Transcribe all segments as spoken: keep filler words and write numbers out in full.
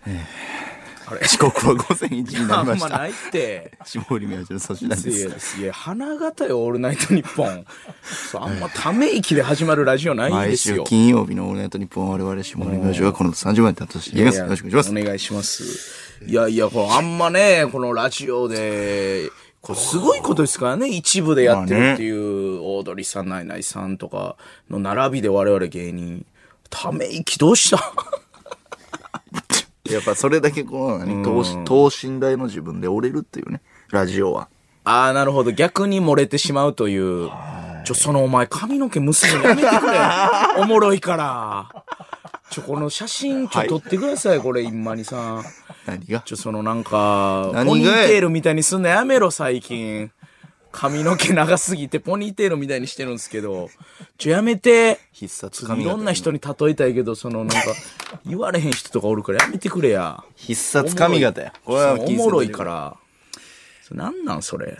あれ時刻はごぜんいちじになりました。 あんまないって。 霜降り明星の粗品です。 いや、いや、花形よ、オールナイトニッポン。そう、あんまため息で始まるラジオないですよ。 毎週金曜日のオールナイトニッポン、我々霜降り明星はこのさんじゅうまで担当しています。よろしくお願いします。 お願いします。いやいや、このあんまね、このラジオで、これすごいことですからね、一部でやってるっていう、オードリーさん、ナイナイさんとかの並びで我々芸人、ため息どうしたやっぱそれだけこう何等身等身大の自分で折れるっていうね、ラジオは。 ああ、なるほど。逆に漏れてしまうという。ちょ、そのお前髪の毛結ぶのやめてくれ。おもろいから。ちょ、この写真ちょ、撮ってください、これ、今にさん。 何がちょ、そのなんか、ポニーテールみたいにすんのやめろ、最近。髪の毛長すぎてポニーテールみたいにしてるんですけど、ちょやめて。 必殺髪型。 いろんな人に例えたいけど、そのなんか、言われへん人とかおるからやめてくれや。 必殺髪型や。 これはおもろいから。なんなんそれ。 うん、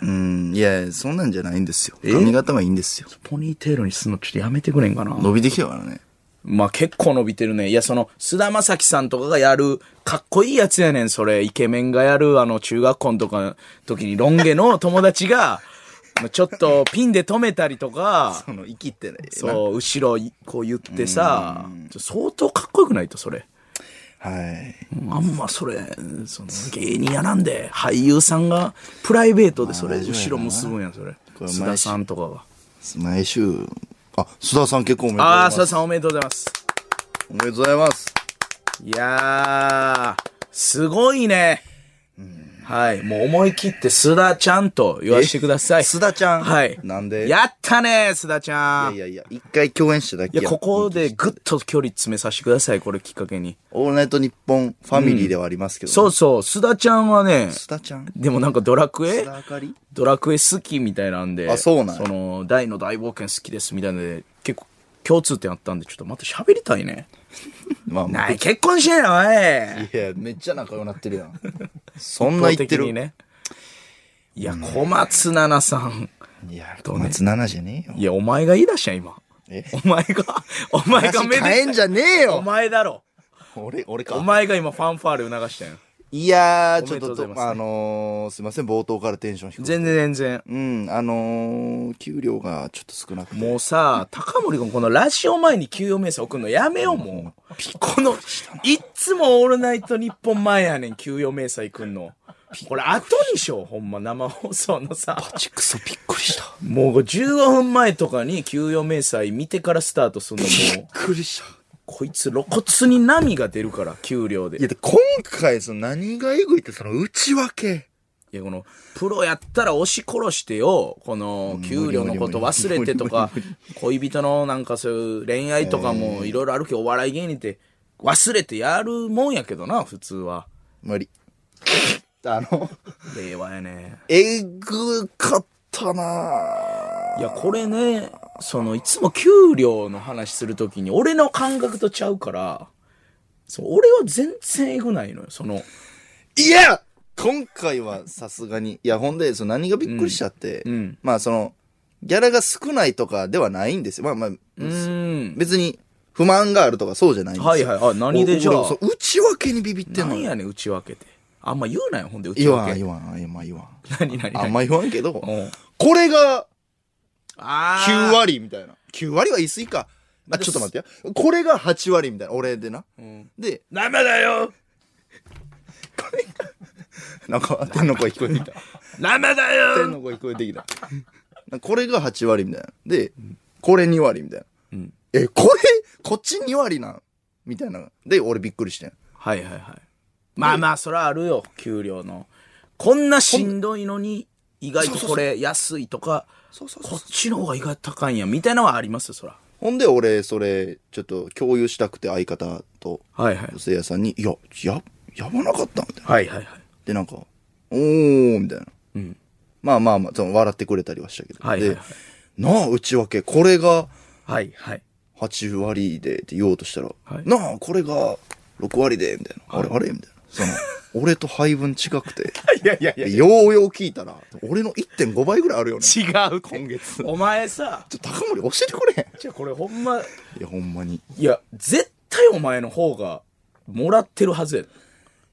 いや、そんなんじゃないんですよ。髪型はいいんですよ。 ポニーテールにすんのちょっとやめてくれんかな。 伸びてきたからね。 まあ結構伸びてるね。いや、その、菅田将暉さんとかがやる、かっこいいやつやねん、それ。イケメンがやる、あの、中学校のとか、時にロン毛の友達が、ちょっとピンで止めたりとか、 その、生きってない。 そう、後ろ、こう言ってさ、相当かっこよくないと、それ。 はい。 あんまそれ、その、芸人やなんで、俳優さんが、プライベートでそれ、後ろ結ぶんや、それ。須田さんとかが。 毎週、あ、須田さん結婚おめでとうございます。 ああ、須田さんおめでとうございます。 おめでとうございます。 いやー、すごいね。はい。もう思い切って須田ちゃんと言わせてください。 須田ちゃんはい。 なんでやったね、須田ちゃん。いやいやいや、一回共演しただけや。 いや、ここでぐっと距離詰めさせてください、これきっかけに。 オールナイトニッポンファミリーではありますけど、ねうん。そうそう、須田ちゃんはね、 須田ちゃんでもなんかドラクエ須田あかりドラクエ好きみたいなんで。 あ、そうなんその、大の大冒険好きですみたいなので、結構共通点あったんで、ちょっとまた喋りたいね。まあまあ。ない、結婚しないの、おい。 いや、めっちゃ仲良くなってるやん。そんな言ってる。 ね。いや、小松菜奈さん。 いや、小松菜奈じゃねえよ。 いや、お前が言い出した今。えお前が、お前がめで変えんじゃねえよ。 お前だろ。 俺、俺か。 お前が今ファンファーレ流したよ。 いやー、ちょっと、ね、あのー、すいません、冒頭からテンション低くて。 全然全然。 うん、あのー、給料がちょっと少なくて。 もうさ、高森君このラジオ前に給与明細送るのやめよう、もう。この、いっつもオールナイトニッポン前やねん、給与明細来んの。これ後にしよう、ほんま、生放送のさ。 パチクソびっくりした。 もうじゅうごふんまえとかに給与明細見てからスタートするのも。 びっくりした。 こいつ露骨に波が出るから、給料で。 いや、で、今回、その何がエグいって、その内訳。 いや、この、プロやったら押し殺してよ、この、給料のこと忘れてとか、恋人のなんかそういう恋愛とかもいろいろあるけど、お笑い芸人って忘れてやるもんやけどな、普通は。 無理。あの、 令和やね。 えぐかったないや、これね、その、いつも給料の話するときに、俺の感覚とちゃうから、そう、俺は全然えぐないのよ、その。 いや今回はさすがに。いや、ほんで、その何がびっくりしちゃって、うんうん、まあ、その、ギャラが少ないとかではないんですよ。まあまあ、うん別に不満があるとかそうじゃないんですよ。 はいはい。あ、何でじゃあ。 そう、内訳にビビってんの。 何やねん、内訳って。あんま言うなよ、ほんで、内訳。 言わん、言わん、言わん、言わん。 何何何あんま言わんけど、これが、きゅうわりみたいな。きゅうわりは言い過ぎか。あ、ちょっと待ってよ。これがはちわりみたいな。俺でな。うん、で、 生だよこれが、なんか、天の声聞こえてきた。 生だよ天の声聞こえてきた。これがはちわりみたいな。で、これにわりみたいな。うん、え、これ、こっちにわりなんみたいな。で、俺びっくりしてん。 はいはいはい。まあまあ、そらあるよ、給料の。こんなしんどいのに、意外とこれ安いとか、こっちの方が意外と高いんや、みたいなのはありますよ、そら。 ほんで、俺、それ、ちょっと共有したくて、相方と、 はいはい。 女性屋さんに、いや、や、やばなかったみたいな。 はいはいはい。 で、なんか、おー、みたいな。うん。まあまあまあ、その笑ってくれたりはしたけど。 はいはいはい。 で、なあ、内訳、これが、 はいはい。 はちわりでって言おうとしたら、はい、なあ、これがろくわりで、みたいな。はい、あれあれみたいな。その、俺と配分違くて。 いやいやいや。 ようよう聞いたら、俺の いってんご 倍ぐらいあるよね。 違う。今月。お前さ。 ちょ、高森教えてくれ。 じゃこれほんま。いや、ほんまに。 いや、絶対お前の方が、もらってるはずや。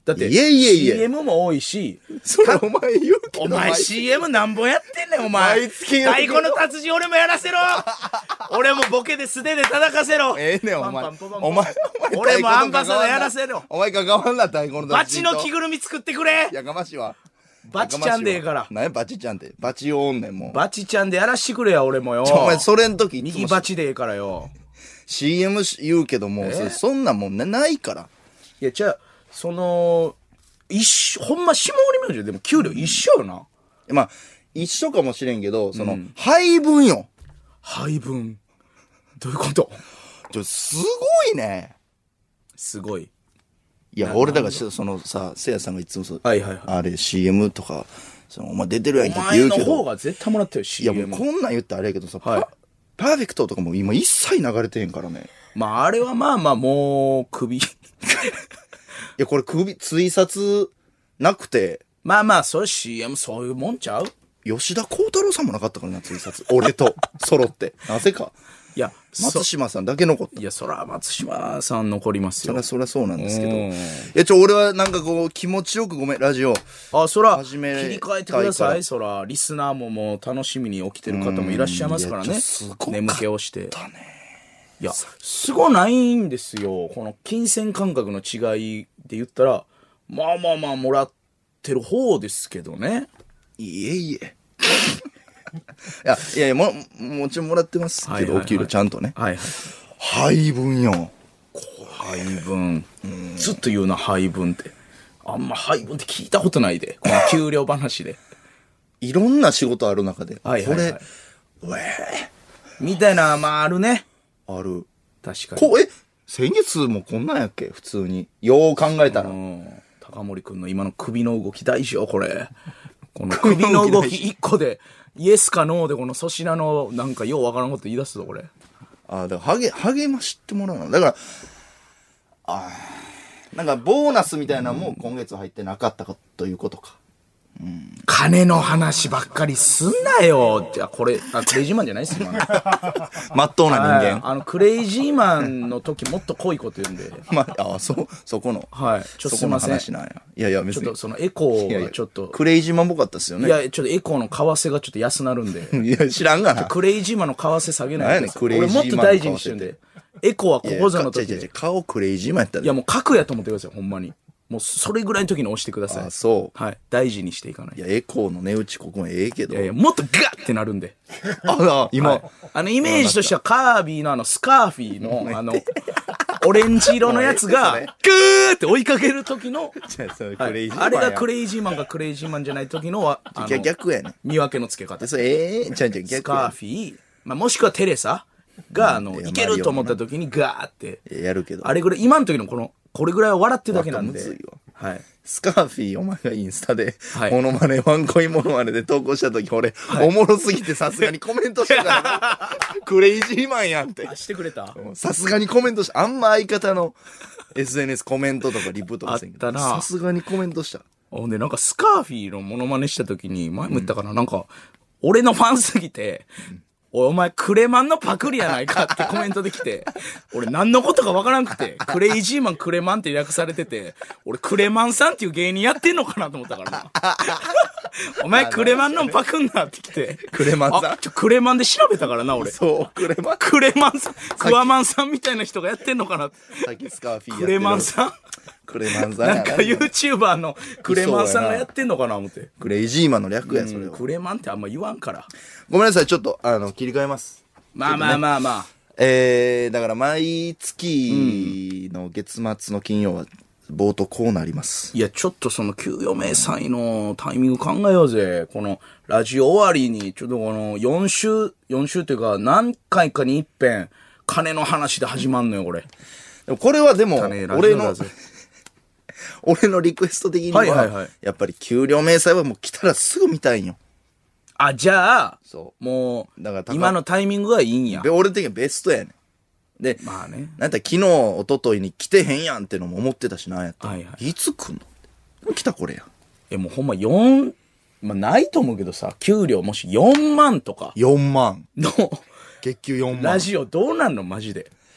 だって、 いえいえいえシーエム も多いし、 それお前言うけど。 お前 シーエム 何本やってんねん、お前。 毎月言う太けど鼓の達人俺もやらせろ俺もボケで素手で叩かせろええねん、お前。 パンパンパンパンお前、お前俺もアンバサダーやらせろお前関わんな、太鼓のバ達人と。 チの着ぐるみ作ってくれやかましいわ。 バチちゃんでええから。 何やバチちゃんって。バチおんねん、もう。 バチちゃんでやらしてくれや、俺もよ。 お前、それん時、 右バチでええからよ。 シーエム 言うけども、それそんなもんね、ないから。 いや、じゃあ、その、一緒、ほんま下降り明星でも給料一緒よな。 まあ、一緒かもしれんけど、その、配分よ。 配分。どういうこと？ ちょ、すごいね。 すごい。 いや、俺だからし、そのさ、せいやさんがいつもそう、 はいはいはいあれ シーエム とか、その、お前出てるやんおけって前の方言うけど、 が絶対もらってるよ、 いやシーエム。 もうこんなん言ったらあれやけどさ、 はいパパーフェクトとかも今一切流れてへんからね。 まあ、あれはまあまあ、もう、首。 いや、これ首、追殺なくて、 まあまあ、それ シーエム そういうもんちゃう？ 吉田鋼太郎さんもなかったからな、追殺。俺と、揃って。なぜか。 いや、そ松島さんだけ残った。 いや、そら、松島さん残りますよそりゃ。そりゃそうなんですけど。 うんいや、ちょ、俺はなんかこう、気持ちよくごめん、ラジオ。 あ、そら、切始めり替えてくだたいからさい。そら、リスナーももう楽しみに起きてる方もいらっしゃいますからねうんいやちょすごかった。ね眠気をして。いや、すごないんですよ。この金銭感覚の違いで言ったら、まあまあまあ、もらってる方ですけどね。 いえいえ。いや、いやいや、も、もちろんもらってますけど、 はいはいはいお給料ちゃんとね。 はいはい。 配分よ。 配分。ずっと言うな、配分って。あんま配分って聞いたことないで。この給料話で。 いろんな仕事ある中で、 はいはいはいこれ、うえみたいな、まああるね。 ーある。 確かに。 こう、え、先月もこんなんやっけ普通に。よう考えたら。 うん高森くんの今の首の動き大事よ、これ。この首の動き一個で、イエスかノーでこの粗品のなんかようわからんこと言い出すぞ、これ。 あだから励、励ましてもらうの。だから、あーなんか、ボーナスみたいなのも今月入ってなかったかということか。 金の話ばっかりすんなよ。じゃあこれ、あ、クレイジーマンじゃないっすよ、今の。 まっとうな人はい間。 あの、クレイジーマンの時もっと濃いこと言うんで。 まあ、あ、そう、そこの。 はい。ちょっとそこのすいません。 話なんや。いやいや、別にちょっと。そのエコいやいやーがちょっと。 クレイジーマンっぽかったっすよね。 いや、ちょっとエコーの為替がちょっと安なるんで。 いや、知らんがな。 クレイジーマンの為替下げないでください。 何やねんクレイジーマンの為替って俺もっと大事にしてるんで。エコーはここぞの時いやいや違う違う違うで。 顔クレイジーマンやったら。 いやもう核やと思ってください、ほんまに。もうそれぐらいの時に押してください。 あ、そう。 はい。大事にしていかない。 いや、エコーの値打ちここもええけど。 いやいや、もっとガッってなるんで。 あ、あ今、 あの、イメージとしてはカービィのあの、スカーフィーの、あの、オレンジ色のやつが、グーって追いかける時の、 じゃあそれはいクレイジーマンや。 あれがクレイジーマンかクレイジーマンじゃない時のは、あいやの、 逆やねん。 見分けのつけ方。 それええちゃうちゃうス逆やカーフィー、まあ、もしくはテレサが、あの、 いやいけると思った時にガーって、 ねん。やるけど。 あれぐらい、今の時のこの、これぐらいは笑ってるだけなんでわかんむずいわ。 はい。 スカーフィーお前がインスタで、 はいモノマネ、ワンコインモノマネで投稿した時、俺、おもろすぎてさすがにコメントしたからな。クレイジーマンやんってあ、。してくれたさすがにコメントした。あんま相方の エスエヌエス コメントとかリプとかせんけどあったなさすがにコメントした。 ほんで、なんかスカーフィーのモノマネした時に、前も言ったかな、なんか、俺のファンすぎて、おいお前クレマンのパクリやないかってコメントできて、俺何のことかわからんくて、クレイジーマンクレマンって略されてて、俺クレマンさんっていう芸人やってんのかなと思ったからな。お前クレマンのパクんなってきて。 クレマンさんあちょクレマンで調べたからな、俺。 そう、クレマン。 クレマンさん、クワマンさんみたいな人がやってんのかなって。 さっきスカーフィーやってるクレマンさんクレマンさんやなんか YouTuber のクレマンさんがやってんのかな思って。 クレイジーマンの略や、それは。 クレマンってあんま言わんから。 ごめんなさい、ちょっと、あの、切り替えます。 まあまあまあまあ。 えー、だから毎月の月末の金曜は、冒頭こうなります。 いや、ちょっとその給与明細のタイミング考えようぜ。このラジオ終わりに、ちょっとこのよん週、よん週というか何回かに一遍、金の話で始まんのよ、これ。 でもこれはでも、 金ラジ俺のオだぜ、 俺のリクエスト的には、 はいはいはいやっぱり給料明細はもう来たらすぐ見たいんよ。 あ、じゃあ、 そもうだから、高今のタイミングがいいんやで。俺的にはベストやねん。で、 まあね。 なんやったら昨日、一昨日に来てへんやんってのも思ってたしな、やったら。 はいはいいつ来んの来たこれや。 え、もうほんまよん、まあないと思うけどさ、給料もしよんまんとかよんまん。 の月給よんまん。 ラジオどうなんのマジで。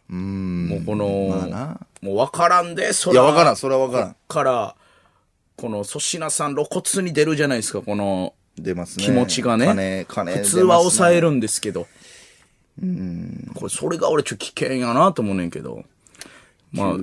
うーん。 もうこの、 まあな。 もう分からんで、そいや、わからん、それはわからん。 から、この粗品さん露骨に出るじゃないですか、この出ますね。 気持ちがね。 金、金、 普通は抑えるんですけど。うん。これ、それが俺ちょっと危険やなと思うねんけど。まあ、うん、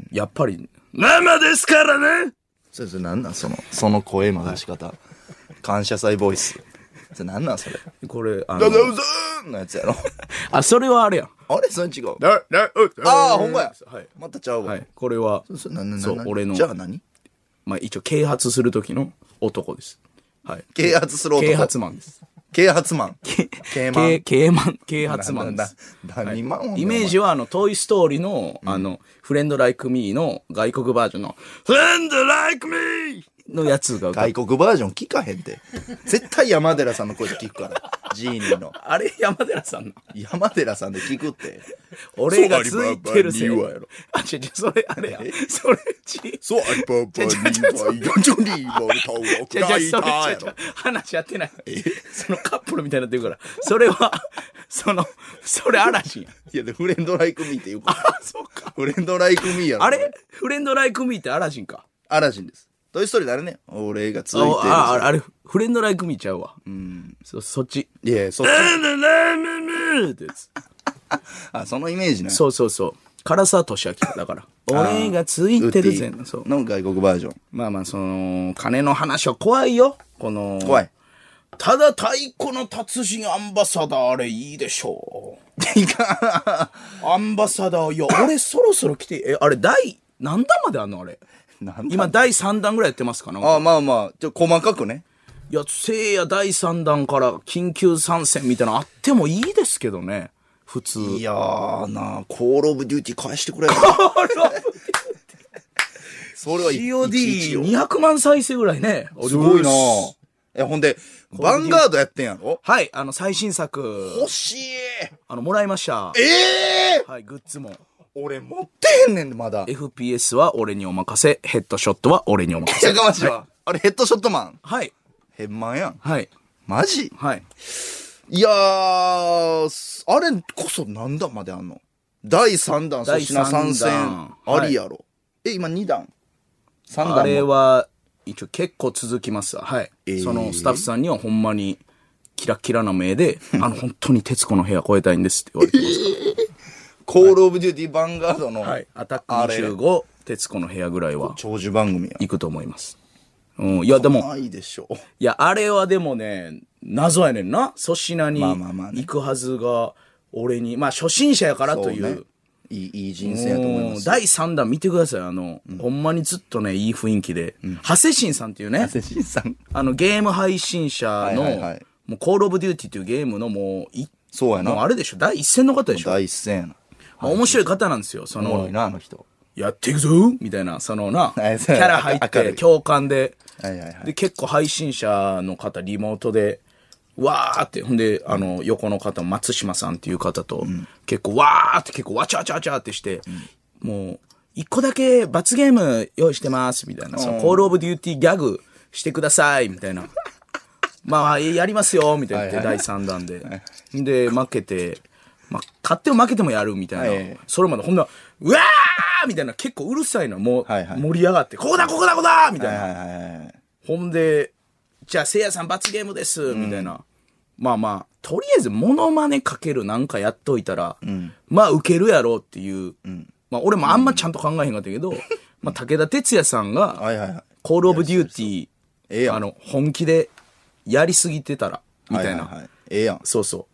やっぱり、生ですからね。 それ、それなんなんその、その声の出し方。感謝祭ボイス。それなんなんそれ。 これ、あの、ダダウザーンのやつやろ。 あ、それはあれやん。 あれそれ違う。 だ、だ、 ああ、ほんまや。 はい。 またちゃうわ。 はい。これは、 それななそう、俺の。 じゃあ何まあ一応、啓発する時の男です。はい。 啓発する男。 啓発マンです。 啓発マン。 啓マン。啓マン。啓発マンです。 何マンイメージは、あの、トイストーリーの、あの、フレンドライクミーの外国バージョンの、フレンドライクミーのやつが。 外国バージョン聞かへんて。絶対山寺さんの声で聞くから。ジーニーの。 あれ山寺さんの。 山寺さんで聞くって。 俺がついてるせいやろ。あ、違う違う、それあれや。それち。 そう、ありばばには、いがちょには、歌うわ。 じゃじゃそれちょ話やってない。そのカップルみたいになってるから。それは、その、それ嵐や。 いや、で、フレンドライクミーって言うから。 あ、そうか。 フレンドライクミーやろ。 あれフレンドライクミーってアラジンか。 アラジンです。トイストーリーだね。俺がついてる。 あ、あ、あれ、フレンドライクミーちゃうわ。うん。そ、そっち。 いや、そっち。 ってやつ。 あ、そのイメージね。 そうそうそう。唐沢俊明だから。俺がついてるぜ。 そう。の外国バージョン。 まあまあ、その、金の話は怖いよ。この。 怖い。 ただ太鼓の達人アンバサダーあれいいでしょう。いかアンバサダー、いや、俺そろそろ来て、え、あれ第、何段まであんのあれ。今だいさんだんぐらいやってますかな。 ああ、まあまあ、ちょ、細かくね。 いや、せいやだいさんだんから緊急参戦みたいなのあってもいいですけどね。普通。 いやーなー、コールオブデューティー返してくれよ。 コールオブデューティーそれはシーオーディーにひゃくまん再生ぐらいね。 すごいなぁ。え、ほんで、ヴァンガードやってんやろ？ はい、あの、最新作。 欲しい。 あの、もらいました。 ええー、はい、グッズも。 俺持ってへんねんで、まだ。 エフピーエス は俺にお任せ、ヘッドショットは俺にお任せ。 やかましいわ。 はい、 あれ、ヘッドショットマン。 はい。 ヘンマンやん。 はい。 マジ？ はい。 いやー、あれこそ何段まであんの？だいさんだん、粗品参戦ありやろ。はい、え、今にだん？さんだん？ あれは、一応結構続きますわ。はい。えー、そのスタッフさんにはほんまにキラキラな目で、あの、本当に徹子の部屋超えたいんですって言われてますから。 コールオブデューティーヴァンガードの。 はい。アタックにじゅうご、徹子の部屋ぐらいは。 長寿番組や。 行くと思います。うん。いや、でも。 ないでしょ。 いや、あれはでもね、謎やねんな。粗品に行くはずが、俺に、まあ初心者やからという。 ね、いい、いい人生やと思います。 だいさんだん見てください。あの、うん、ほんまにずっとね、いい雰囲気で。うん、長谷新さんっていうね。 長谷新さん。 あの、ゲーム配信者の、はいはいはい、もう、コールオブデューティーっていうゲームのもう、い、 そうやな。 もうあれでしょ。第一線の方でしょ。 第一線やな。 まあ、面白い方なんですよ。その、 おもろいな、あの人。 やっていくぞみたいな、そのな、キャラ入って、共感で、 はいはいはい、 で、結構配信者の方、リモートで、わーって、ほんで、あの、横の方、松島さんっていう方と、うん、結構わーって結構わちゃわちゃわちゃってして、うん、もう、一個だけ罰ゲーム用意してます、みたいな、そのコールオブデューティーギャグしてください、みたいな。まあ、やりますよ、みたいな言って、だいさんだんで。で、負けて、まあ、勝っても負けてもやる、みたいな。はい、それまでほんな、うわーみたいな、結構うるさいの、もう、はいはい、盛り上がって、ここだ、ここだ、ここだみたいな。はいはいはい、ほんで、じゃあ、せいやさん罰ゲームです、みたいな。うん、まあまあ、とりあえず、モノマネかけるなんかやっといたら、うん、まあ、受けるやろうっていう。うん、まあ、俺もあんまちゃんと考えへんかったけど、うん、まあ、武田鉄矢さんが、はいはいはい、コールオブデューティー、あの、本気でやりすぎてたら、みたいな。はいはいはい、 ええやん。 そうそう。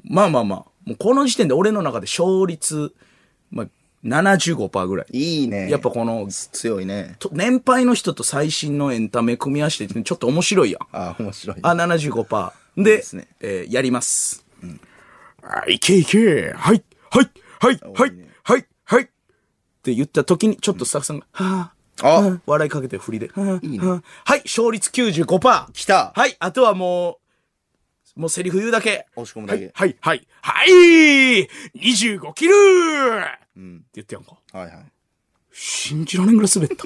まあまあまあ、もうこの時点で俺の中で勝率、まあ、ななじゅうごパーセント ぐらい。 いいね。 やっぱこの、 強いね。 年配の人と最新のエンタメ組み合わせてちょっと面白いやん。 ああ、面白い、ね。 あ、ななじゅうごパーセント。で、ですね、えー、やります。うん。あ、いけいけ、はい、はい、はい、はい、ね、はい、はい。って言った時に、ちょっとスタッフさんが、うん、はぁ、あ、はぁ、笑いかけて振りで、はぁ、いいね、はぁ、はい、勝率 きゅうじゅうごパーセント。 来た。 はい、あとはもう、もうセリフ言うだけ。 押し込むだけ。 はい、はい、はい、はい、にじゅうごキルうん。って言ってやんか。はいはい。信じられんぐらい滑った。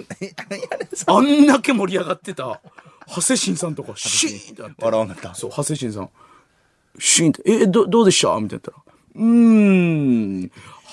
あんだけ盛り上がってた、長谷新さんとか、シーンってなって。 笑わなかった。 そう、長谷新さん。シーンって、え、ど、どうでしたみたいな言ったら。うーん。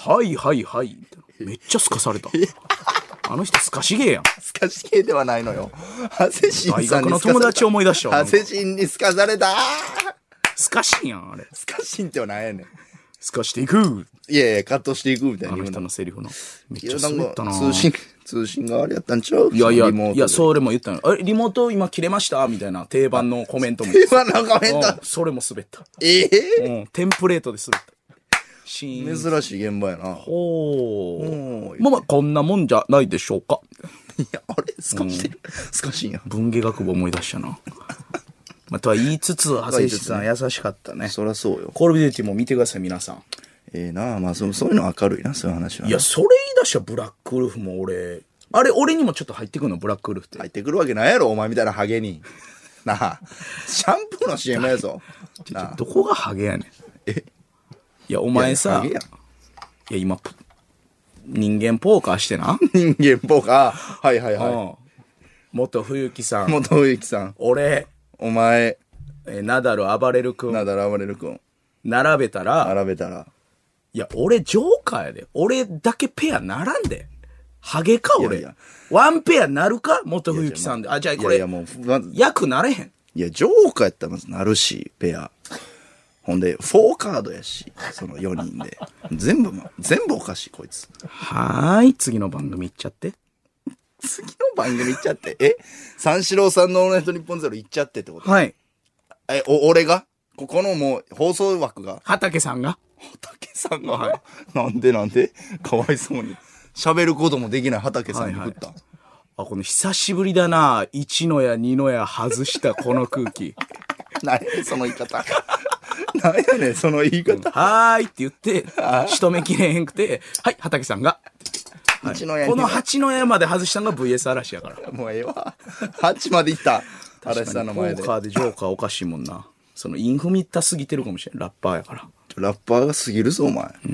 はいはいはい。めっちゃすかされた。あの人すかしげやん。 すかしげではないのよ。ハセシンさんに大学の友達思い出したわ。 ハセシンにすかされた。 すかしんやん、あれ。 すかしんってはないやねん。 すかしていく。 いやいや、カットしていくみたいな。 あの人のセリフの。めっちゃ滑ったな。 通信、通信があれやったんちゃう？ いやいや、いや、それも言ったの。あれ、リモート今切れましたみたいな定番のコメントも。 定番のコメント、 それも滑った。 ええうん、テンプレートで滑った。 珍しい現場やな。 ほー。まあまあ、こんなもんじゃないでしょうか。 いや、あれすかしてる。すかしいんや。 文芸学部思い出したな。まあ、とは言いつつ、長谷さん優しかったね。 そりゃそうよ。 コールビューティーも見てください、皆さん。 ええなあ、まあそ、そういうの明るいな、そういう話は。 いや、それ言い出したブラックウルフも俺、あれ、俺にもちょっと入ってくるの、ブラックウルフって。 入ってくるわけないやろ、お前みたいなハゲに。なあ、シャンプーの シーエム やぞ。 なあ、どこがハゲやねん。えいや、お前さ、いや、いや今、人間ポーカーしてな。 人間ポーカーはいはいはい。うん、 元冬木さん。 元冬木さん。 俺。 お前。 え、ナダル暴れる君。 ナダル暴れる君。 並べたら。 並べたら。 いや、俺ジョーカーやで。俺だけペアならんで。ハゲか、俺。いやいやワンペアなるか元冬木さんで。あ、じゃあこれ。いやいやもう、ま、役なれへん。 いや、ジョーカーやったらまずなるし、ペア。ほんで、フォーカードやし、そのよにんで。全部、全部おかしい、こいつ。 はーい、次の番組行っちゃって。 次の番組行っちゃって。え三四郎さんのオールナイトニッポンゼロ行っちゃってってこと？ はい。 え、お、俺がここのもう、放送枠が畑さんが畑さんが、はい、なんでなんでかわいそうに。喋ることもできない畑さんに振った。はいはい、 あ、この久しぶりだな。一のや二のや外したこの空気。 何その言い方。何やねん、その言い方。うん、 はーいって言って、仕留めきれへんくて、はい、畑さんが。はい、この八の矢まで外したのが ブイエス 嵐やから。 もうええわ。はちまでいった。嵐さんの前で。 ポーカーでジョーカーおかしいもんな。そのインフミったすぎてるかもしれん。ラッパーやから。 ラッパーが過ぎるぞ、お前。 うん。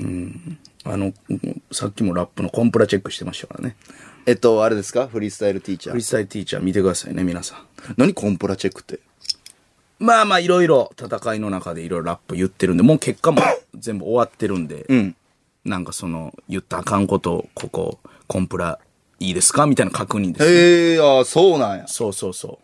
あの、さっきもラップのコンプラチェックしてましたからね。 えっと、あれですかフリースタイルティーチャー。 フリースタイルティーチャー見てくださいね、皆さん。 何コンプラチェックって。 まあまあ、いろいろ戦いの中でいろいろラップ言ってるんで、もう結果も全部終わってるんで、うん。なんかその、言ったらあかんことを、ここ、コンプラいいですかみたいな確認です、ね。 へえ、ああ、そうなんや。 そうそうそう。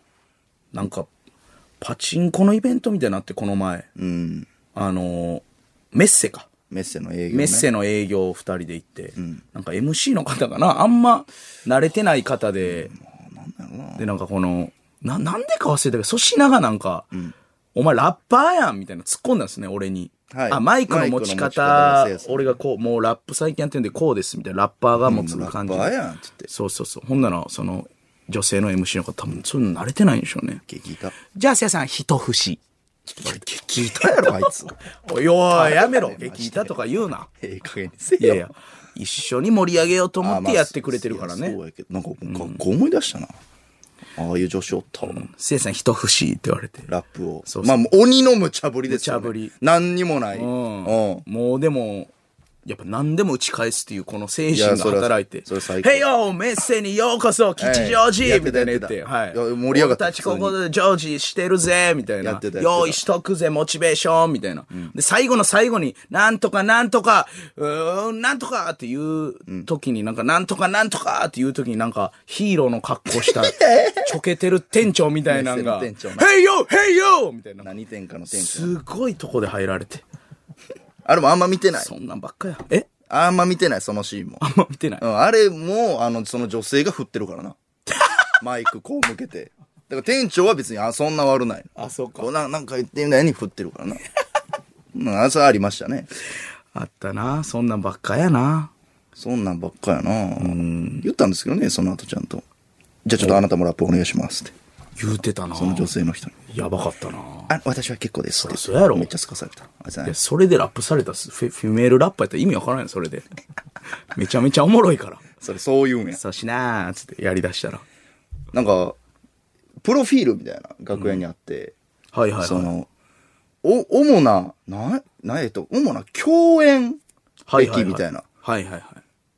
なんか、パチンコのイベントみたいになって、この前。 うん。 あのー、メッセか。 メッセの営業、ね。 メッセの営業を二人で行って、うん、なんか エムシー の方かなあんま慣れてない方で、うん、なんだろうなで、なんかこの、な、なんでか忘れたけど、粗品がなんか、うん、お前ラッパーやんみたいな突っ込んだんですね、俺に。はい、あ、マイクの持ち方、俺がこう、もうラップ最近やってるんでこうです、みたいな、ラッパーが持つ感じ、うん。ラッパーやんって言って。そうそうそう。ほんなら、その、女性の エムシー の方多分そういうの慣れてないんでしょうね。 激痛。 じゃあ、せやさん、一節。 激痛やろ、あいつ。 おいおい、やめろ。激痛とか言うな。 ええ加減にせえよ。いやいや、 一緒に盛り上げようと思ってやってくれてるからね。まあ、 そうやけど、なんか、学校思い出したな。うん、ああいう女子おったわ。 せいさん、一節って言われて。 ラップを。そうそうまあ、鬼の無茶ぶりですよ、ね。 無茶ぶり。 何にもない。うん。うん、もうでも、やっぱ何でも打ち返すっていうこの精神が働いて。へいよメッセにようこそ吉ジョージみたいな言って。はい。盛り上がった。俺たちここでジョージしてるぜみたいな。用意しとくぜモチベーションみたいな。で、最後の最後に、なんとかなんとか、うーん、なんとかっていう時になんか、なんとかなんとかっていう時になんか、ヒーローの格好した、ちょけてる店長みたいなのが、へいよへいよみたいな。 何店かの店長。 すごいとこで入られて。 あれもあんま見てない。 そんなんばっかや。えあんま見てない、そのシーンも。 あんま見てない。 うん、あれも、あの、その女性が振ってるからな。マイクこう向けて。だから店長は別に、あ、そんな悪ない。 あ、そうか。 こうななんか言ってみたいに振ってるからな。うん、あ、それありましたね。 あったな。そんなんばっかやな。 そんなんばっかやな。うん。言ったんですけどね、その後ちゃんと。じゃあちょっとあなたもラップお願いしますって。 言うてたな。 その女性の人に。 やばかったな。 あ、私は結構ですって。 そうやろ。 めっちゃすかされた。 いや、それでラップされたフェ、フィメールラッパーやったら意味わからないよ、それで。めちゃめちゃおもろいから。 それ、そう言うんや。 そうしなーつってやり出したら。 なんか、プロフィールみたいな楽屋にあって、 うん、はいはいはい。 その、お、主な、な、な、えっと、主な共演歴みたいな。 はいはいはい。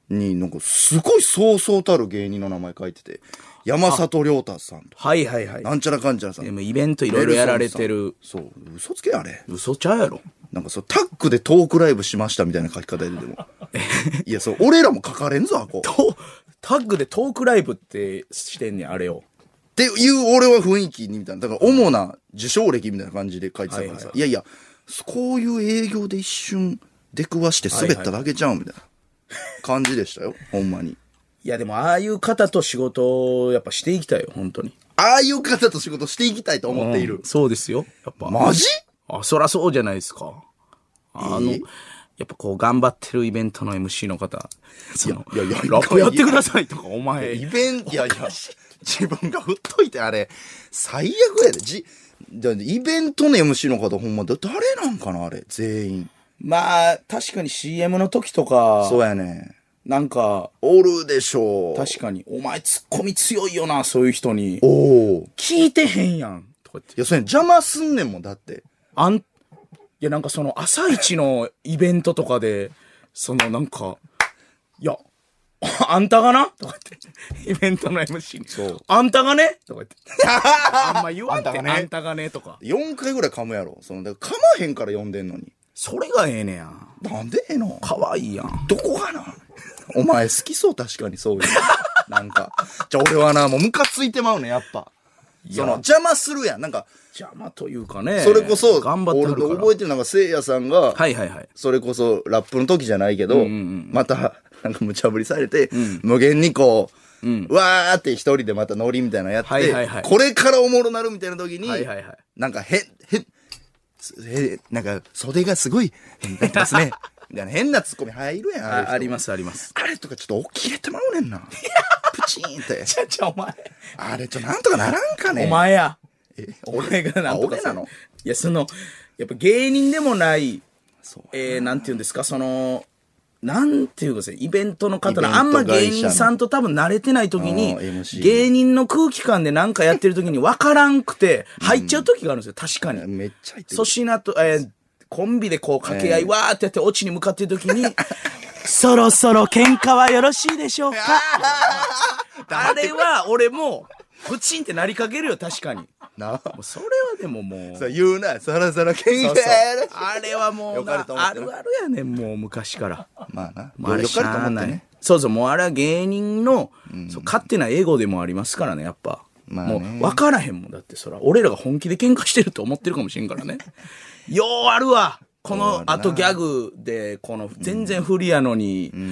に、なんかすごいそうそうたる芸人の名前書いてて、山里亮太さんとか、 はいはいはい。 なんちゃらかんちゃらさん。 でもイベントいろいろやられてる。 そう、嘘つけあれ。 嘘ちゃうやろ。 なんかそう、タッグでトークライブしましたみたいな書き方ででも。いや、そう、俺らも書かれんぞ、あこう。 とタッグでトークライブってしてんねん、あれを。 っていう俺は雰囲気にみたいな。だから主な受賞歴みたいな感じで書いてたからさ。はいはいはい、いやいや、こういう営業で一瞬出くわして滑っただけちゃうみたいな感じでしたよ、ほんまに。 いやでもああいう方と仕事をやっぱしていきたいよ、本当に。 ああいう方と仕事していきたいと思っている。 うん、そうですよ、やっぱ。 マジ？ あ、そらそうじゃないですか。あの、えー、やっぱこう頑張ってるイベントの エムシー の方、その、いやいや、ラップやってくださいとか、お前。 イベント、いやいや、自分が振っといてあれ、最悪やで。じ、イベントの エムシー の方ほんま、誰なんかなあれ、全員。 まあ、確かに シーエム の時とか。 そうやね。 なんか、 おるでしょう。 確かに。お前ツッコミ強いよな、そういう人に。 おお。 聞いてへんやん。とか言って。 いや、それ邪魔すんねんもん、だって。 あん、いや、なんかその、朝一のイベントとかで、そのなんか、いや、あんたがなとか言って。イベントの エムシー に。そう。あんたがねとか言って。あんま言わんて、あんたがね。あんたがねとか。 よんかいぐらい噛むやろ。その、だから噛まへんから呼んでんのに。 それがええねや。 なんでええの？ かわいいやん。 どこがな？お前好きそう確かにそういう。なんか。じゃあ俺はな、もうムカついてまうね、やっぱ。その、邪魔するやん。なんか。 邪魔というかね。 それこそ、 頑張ってるから。 俺覚えてるのが、せいやさんが、 はいはいはい。 それこそ、ラップの時じゃないけど、うんうんうん、また、なんか無茶ぶりされて、うん、無限にこう、うん、わーって一人でまたノリみたいなのやって、はいはいはい、これからおもろなるみたいな時に、はいはいはい、なんか変、変、え、なんか、袖がすごい変になってますね。みたいな変なツッコミ入るやん。 あ, ありますあります。 あれとかちょっと起きれてまうねんな。プチーンって。 ちゃちゃお前。 あれちょ、なんとかならんかね。 お前や。え、俺がなんとかなの？いや、その、やっぱ芸人でもない、えー、なんていうんですか、その、なんていうかイベントの方のあんま芸人さんと多分慣れてない時に、芸人の空気感でなんかやってる時に分からんくて、入っちゃう時があるんですよ、確かに。 めっちゃ入ってる。 粗品と、えー、コンビでこう掛け合い、わーってやってオチに向かってる時に、そろそろ喧嘩はよろしいでしょうかあれは俺も、プチンってなりかけるよ、確かに。なもうそれはでももう。 そう言うな、そろそろ喧嘩やろ。 あれはもうな、あるあるやねん、もう昔から。 まあな。 まあ、あれしゃあない。ね、そうそう、もうあれは芸人の、うん、そう勝手なエゴでもありますからね、やっぱ。まあね、もう分からへんもんだって、そら。俺らが本気で喧嘩してると思ってるかもしれんからね。ようあるわ。この後ギャグで、この全然不利やのに、うん、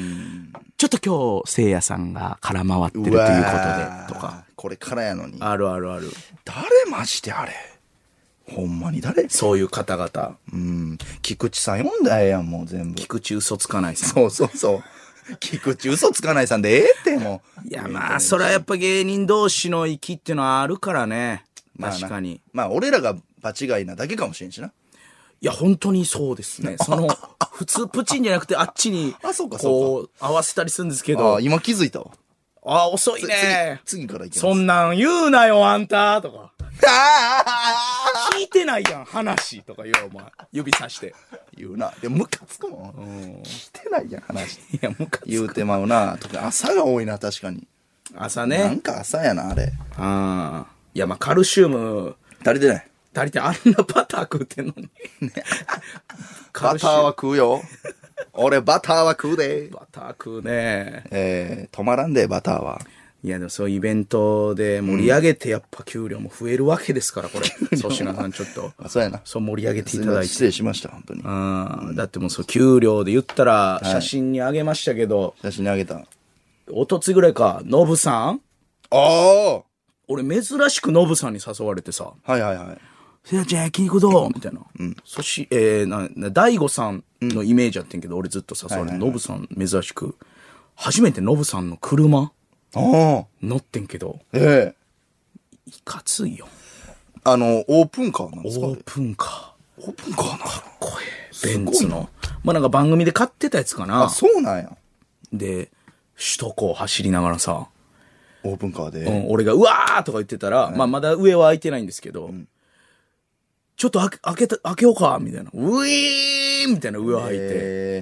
ちょっと今日、せいやさんが空回ってるということで、とか。 これからやのに。 あるあるある。 誰マジであれ。ほんまに誰？ そういう方々。 うん。菊池さん読んだらええやん、もう全部。 菊池嘘つかないさん。 そうそうそう。菊池嘘つかないさんでええってもう。いやまあ、それはやっぱ芸人同士の息っていうのはあるからね。確かに。 まあ、まあ、俺らが場違いなだけかもしれんしな。 いや、本当にそうですね。その、普通プチンじゃなくてあっちに、 あ、そうかそうか。こう、合わせたりするんですけど。 あ、今気づいたわ。 あ、遅いね。 次、次から行きます。 そんなん言うなよ、あんたとか。聞いてないやん、話とか言うお前。指さして。 言うな。でも、ムカつくもん。聞いてないやん、話。いや、ムカつく。言うてまうな。特に朝が多いな、確かに。 朝ね。 なんか朝やな、あれ。 ああ。いや、まあ、カルシウム。 足りてない。 足りて、あんなバター食うてんのに。ね、 バターは食うよ。俺、バターは食うで。 バター食うね。 えー、止まらんで、バターは。 いや、でもそういうイベントで盛り上げて、やっぱ給料も増えるわけですから、これ。粗品さん、ちょっと。 あ、そうやな。 そう盛り上げていただいて。 失礼しました、本当に。 ああ、だってもうそう、給料で言ったら、写真にあげましたけど。 写真にあげた。 おとつぐらいか、ノブさんああ俺、珍しくノブさんに誘われてさ。 はいはいはい。 せやちゃん焼肉どうみたいな。うん。そし、えー、な、な、大悟さんのイメージやってんけど、うん、俺ずっと誘われて、ノブさん珍しく、初めてノブさんの車乗ってんけど、 ええー、いかついよ。 あの、オープンカーなんですか？ オープンカー。オープンカーな。 かっこええ。ベンツの。まあなんか番組で買ってたやつかな。 あ、そうなんや。 で、首都高走りながらさ、 オープンカーで。 うん、俺がうわーとか言ってたら、はい、まあまだ上は開いてないんですけど、うん、ちょっと開け、開けた、開けようかみたいな。ウィーンみたいな上開いて。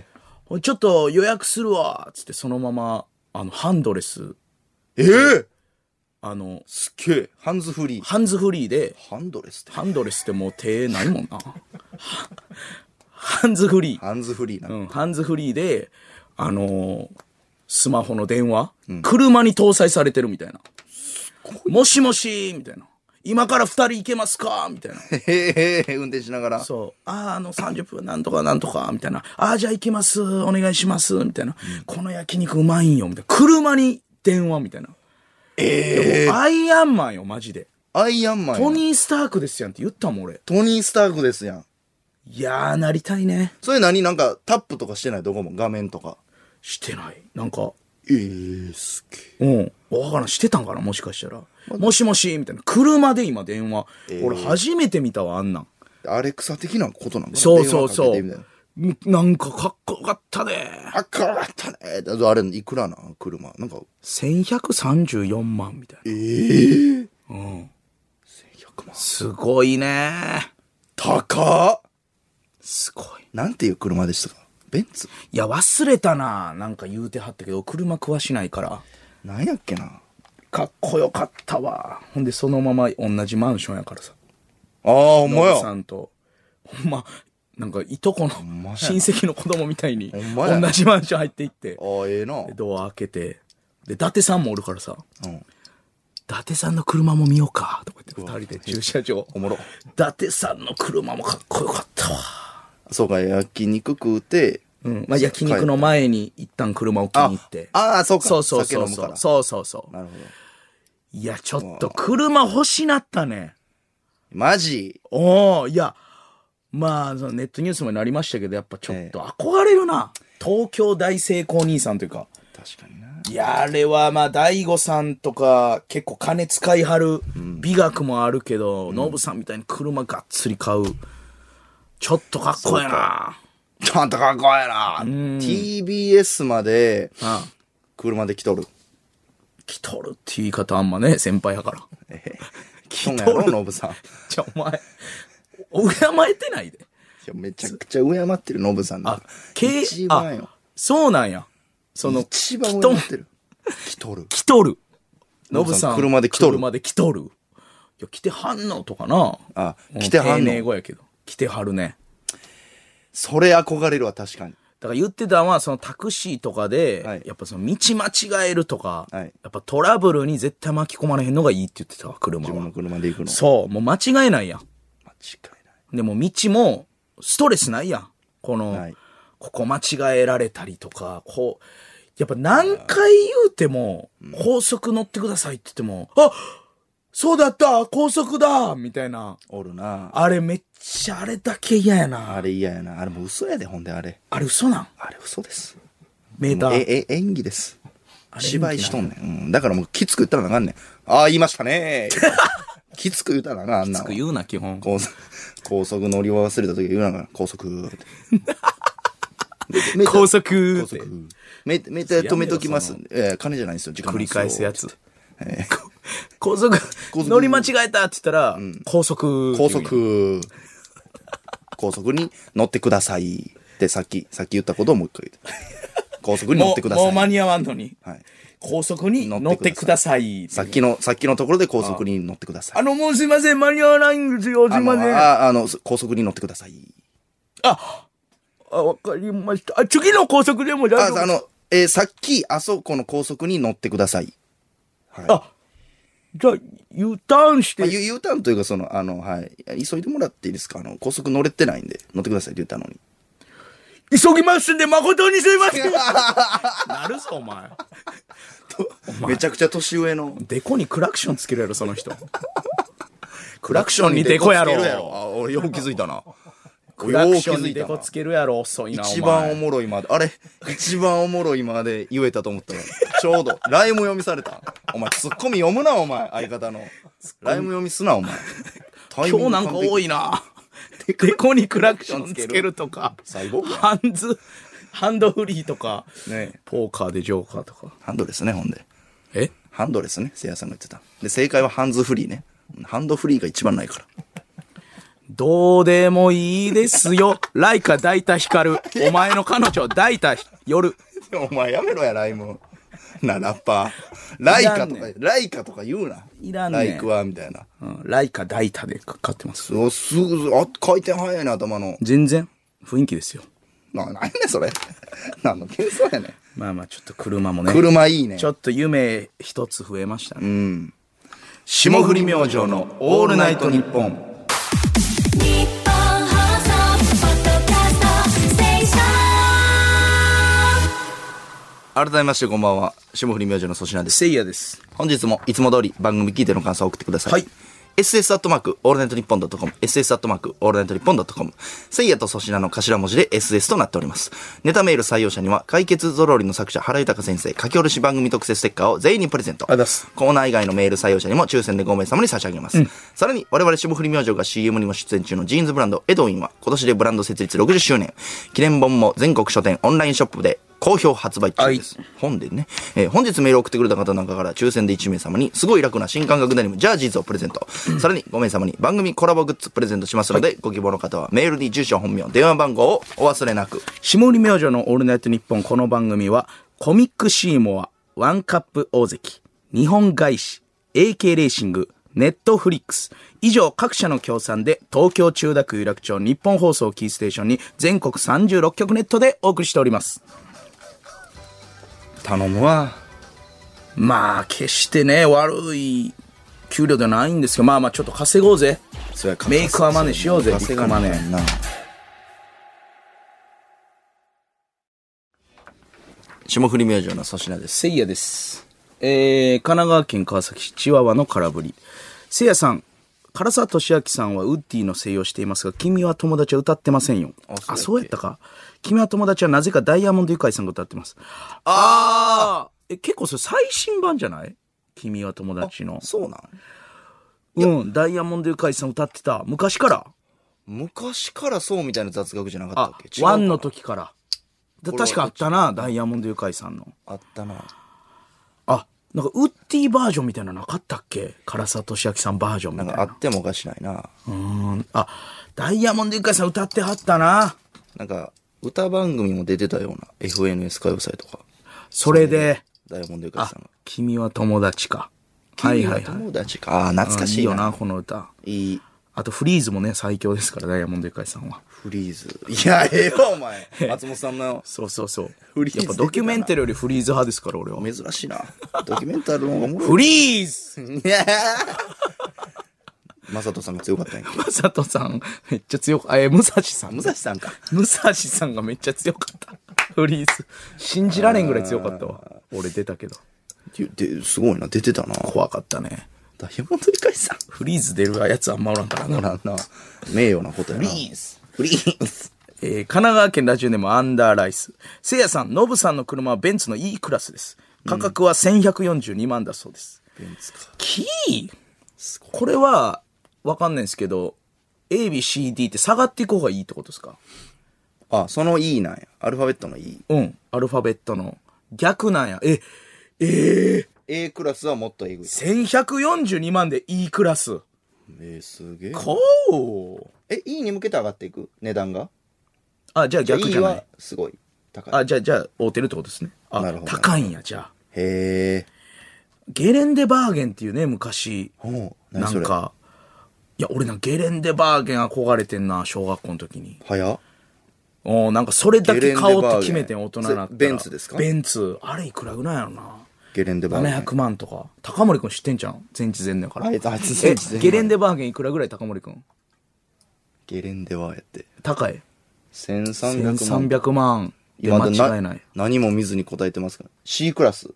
ちょっと予約するわつってそのまま、あの、ハンドレス。 ええー、 あの、 すっげえ。ハンズフリー。 ハンズフリーで。 ハンドレスって。 ハンドレスってもう手ないもんな。ハンズフリー。 ハンズフリーな。 うん、ハンズフリーで、あのー、スマホの電話、うん、車に搭載されてるみたいな。もしもしみたいな。今から二人行けますかみたいな。 へへ運転しながら。 そう。ああ、あのさんじゅっぷんなんとかなんとか、みたいな。ああ、じゃあ行きます。お願いします。みたいな。うん、この焼肉うまいんよ。みたいな。車に電話みたいな。 ええー。 アイアンマンよ、マジで。 アイアンマントニー・スタークですやんって言ったもん、俺。 トニー・スタークですやん。 いやー、なりたいね。 それ何なんか、タップとかしてないどこも画面とか。 してない。なんか。 ええー、すげえ。 うん。わからん。してたんかなもしかしたら。もしもしみたいな。車で今電話。えー、俺初めて見たわ、あんなん。 アレクサ的なことなんだ。 そうそうそう。なんかかっこよかったね。 かっこよかったね。あれ、いくらな車。なんか。 せんひゃくさんじゅうよんまんみたいな。 ええー。 うん。せんひゃくまん。すごいね。 高っ。 すごい。 なんていう車でしたかベンツ？ いや、忘れたな。なんか言うてはったけど、車詳しないから。 なんやっけな。 かっこよかったわ。ほんで、そのまま同じマンションやからさ。 ああ、ほんまや。 さんと。ほんま、なんか、いとこの親戚の子供みたいに、同じマンション入っていって。 ああ、ええな。 ドア開けて。で、伊達さんもおるからさ。うん。伊達さんの車も見ようか。とか言って、二人で駐車場。 おもろ。 伊達さんの車もかっこよかったわ。 そうか、焼肉食うて。 うん。まあ、焼肉の前に一旦車を気に入って。 ああ、そうか。 そうそうそうそう。そうそうそう。 なるほど。 いや、ちょっと車欲しなったね。 マジ？ おー、いや、まあ、そのネットニュースもなりましたけど、やっぱちょっと憧れるな。ええ、東京大成功兄さんというか。 確かにな。 いや、あれはまあ、大悟さんとか結構金使いはる、美学もあるけど、ノブ、うん、さんみたいに車がっつり買う。ちょっとかっこええな。 ちょっとかっこええな。ティービーエス まで、車で来とる。 来とるって言い方あんまね、先輩やから。 ええ、来とるノブさん。 じゃお前、敬えてないで。いや、めちゃくちゃ敬ってるノブさんだ。 あ、け一番よ。そうなんや。その、 一番敬ってる。来とる。 来とる。ノブさん。 車で来とる。 車で来とる。いや、来てはんのとかな。 あ、来てはんの。 丁寧語やけど。来てはるね。 それ憧れるわ、確かに。 だから言ってたのは、そのタクシーとかで、はい、やっぱその道間違えるとか、はい、やっぱトラブルに絶対巻き込まれへんのがいいって言ってたわ、車は。 自分の車で行くの。 そう、もう間違えないやん。 間違えない。 でも道も、ストレスないやん。この、はい、ここ間違えられたりとか、こう、やっぱ何回言うても、高速乗ってくださいって言っても、うん、あそうだった高速だみたいな。 おるな。 あれめっちゃあれだけ嫌やな。 あれ嫌やな。あれもう嘘やで、ほんであれ。 あれ嘘なん？ あれ嘘です。 メーター。 え、え、演技です。芝居しとんねん。うん。だからもうきつく言ったらなかんねん。ああ、言いましたねきつく言ったらな、あんな。 きつく言うな、基本。 高速、高速乗り忘れた時言うなから、高速って。 高速高速。メーター止めときますんで。えー、金じゃないんですよ、時間繰り返すやつ。えー、高速、乗り間違えたって言ったら、うん、高速。 高速。高速に乗ってください。ってさっき、さっき言ったことをもう一回言って。高速に乗ってください。 もう、もう間に合わんのに。はい。高速に乗ってください。 さっきの、さっきのところで高速に乗ってください。 あの、もうすいません、間に合わないんですよ、すいません。 あ、あの、高速に乗ってください。 あ、あ、わかりました。あ、次の高速でも大丈夫ですか？ あ、あの、えー、さっき、あそこの高速に乗ってください。 はい、あ、じゃあ、U ターンして。 まあ、U, U ターンというか、その、あの、はい。急いでもらっていいですか？あの、高速乗れてないんで、乗ってくださいって言ったのに。 急ぎますんで、誠にすいませんなるぞ、お前。 めちゃくちゃ年上の。 デコにクラクションつけるやろ、その人。クラクションにデコやろ。 あ、俺よく気づいたな。 クラクションにデコつけるやろ、遅いな。 一番おもろいまで。あれ一番おもろいまで言えたと思ったら。ちょうど。ライム読みされた。お前、ツッコミ読むな、お前。相方の。ライム読みすな、お前。 今日なんか多いな。デコにクラクションつけるとか。ハンズ、ハンドフリーとか。ね。ポーカーでジョーカーとか。 ハンドレスね、ほんで。 えハンドレスね、せいやさんが言ってた。で、正解はハンズフリーね。ハンドフリーが一番ないから。 どうでもいいですよ。ライカ大田光る。お前の彼女大田夜。 お前やめろや、ライム。な、ラッパー。ライカとか、ライカとか言うな。 いらんねん。 ライクは、みたいな。 うん、ライカ大田でかかってます。 そう、すぐ、あ、回転早いな、頭の。 全然、雰囲気ですよ。 な、なんやねん、それ。なんの軽装やねん。 まあまあ、ちょっと車もね。 車いいね。 ちょっと夢一つ増えましたね。 うん。霜降り明星のオールナイトニッポン。改めましてこんばんは。霜降り明星の粗品です。 せいやです。 本日もいつも通り番組聞いての感想を送ってください。はい。エスエス アットマークオールナイトニッポンドットコム エスエス アットマークオールナイトニッポンドットコムせいやと粗品の頭文字で エスエス となっております。ネタメール採用者には解決ぞろりの作者原豊先生書き下ろし番組特製ステッカーを全員にプレゼント。 ありがとうございます。 コーナー以外のメール採用者にも抽選でごめいさまに差し上げます。うん、さらに我々霜降り明星が シーエム にも出演中のジーンズブランドエドウィンは今年でブランド設立ろくじゅっしゅうねん記念本も全国書店オンラインショップで好評発売中です。はい、本でね、えー、本日メールを送ってくれた方の中から抽選でいちめいさまにすごい楽な新感覚デニムジャージーズをプレゼント。さらにごめいさまに番組コラボグッズプレゼントしますので、はい、ご希望の方はメールに住所本名電話番号をお忘れなく。 霜降り明星のオールナイトニッポン、この番組はコミックシーモア、ワンカップ大関、日本外資、エーケー レーシング、ネットフリックス以上各社の協賛で東京千代田区有楽町日本放送キーステーションに全国さんじゅうろっきょくネットでお送りしております。 頼むわ。 まあ決してね悪い給料ではないんですけど、まあまあちょっと稼ごうぜ。メイクはマネしようぜ。ビッグマネー。 霜降り明星の粗品です。 せいやです。えー、神奈川県川崎市チワワの空振り。せいやさん、唐沢俊明さんはウッディの声優をしていますが、君は友達は歌ってませんよ。あ、そう, あそうやったか。君は友達はなぜかダイヤモンドユカイさんが歌ってます。ああえ、結構それ最新版じゃない？君は友達の。 そうなんうん、ダイヤモンドユカイさん歌ってた。昔から昔からそうみたいな雑学じゃなかったっけ？ ワンの時から。確かあったな、ダイヤモンドユカイさんの。 あったな。 あ、なんかウッディバージョンみたいなのなかったっけ？唐沢俊明さんバージョンみたいな。 なんかあってもおかしないな。 うーん。あ、ダイヤモンドユカイさん歌ってはったな。 なんか、歌番組も出てたような。エフエヌエス 歌謡祭とか。 それで、 ダイヤモンドユカイさんが。 君は友達か。 はいはいはい。友達か。ああ、懐かしいな。 いいよな、この歌。 いい。 あとフリーズもね、最強ですから、ダイヤモンドユカイさんは。 フリーズ。いや、ええよ、お前。松本さんの。 そうそうそう。フリーズ。やっぱドキュメンタリーよりフリーズ派ですから、俺は。 珍しいな。ドキュメンタリーの方がおもろい。 フリーズいやマサトさんが強かったんやけど。 マサトさん、めっちゃ強かった。え、武蔵さん。 武蔵さんか。 武蔵さんがめっちゃ強かった。フリーズ。信じられんぐらい強かったわ。俺出たけど。 で、すごいな、出てたな。 怖かったね。 ダイヤモンドユカイさん。 フリーズ出るやつあんまおらんからな。 おらんな。名誉なことやな。 フリーズ。フリーズ。えー、神奈川県ラジオネームアンダーライス。せいやさん、ノブさんの車はベンツの E クラスです。価格はせんひゃくよんじゅうにまんだそうです。 ベンツか。 キーこれは、わかんないんですけど、A、B、C、D って下がっていく方がいいってことですか？ あ、その E なんや。アルファベットの E。 うん。アルファベットの。逆なんや。え、えー、 A クラスはもっとえぐい。 せんひゃくよんじゅうにまんで E クラス。 えー、すげえ。 こう。 え、E に向けて上がっていく値段が？ あ、じゃあ逆じゃない。 E はすごい高い。 あ、じゃあ、じゃあ、合うてるってことですね。あ、 なるほど。 高いんや、じゃあ。 へえ。 ゲレンデバーゲンっていうね、昔。 ほう。 なんか、いや、俺な、ゲレンデバーゲン憧れてんな、小学校の時に。 早っ。 おなんかそれだけ買おうって決めてん、大人になったら。 ベンツですか？ ベンツ。あれいくらぐらいやろな。 ゲレンデバーゲン。 ななひゃくまんとか。高森くん知ってんじゃん？全知全能から。 あいつ、あいつ全知全能。 ゲレンデバーゲンいくらぐらい高森くん？ ゲレンデはやって。 高い。 せんさんびゃくまん。 せんさんびゃくまん。で間違いない。 何も見ずに答えてますから。C クラス。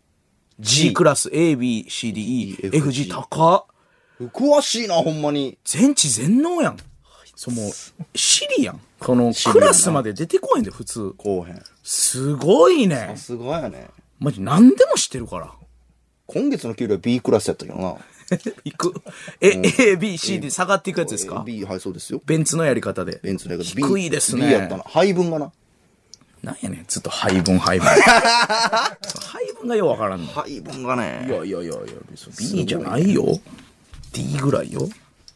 G クラス、A、B、C、D、E、F、G 高っ。 詳しいな、ほんまに。 全知全能やん。その、シリやん。この、クラスまで出てこへんで、普通。 こうへん。 すごいね。 さすがやね。 マジ何でも知ってるから。 今月の給料は B クラスやったけどな。 行く。え、うん、A、B、C で下がっていくやつですか？ B、はい、そうですよ。 ベンツのやり方で。 ベンツのやり方。 低いですね。 B やったな。配分がな。 なんやねん、ずっと配分配分。配分がようわからんの。 配分がね。 いやいやいやいや、B じゃないよ。D ぐらいよ。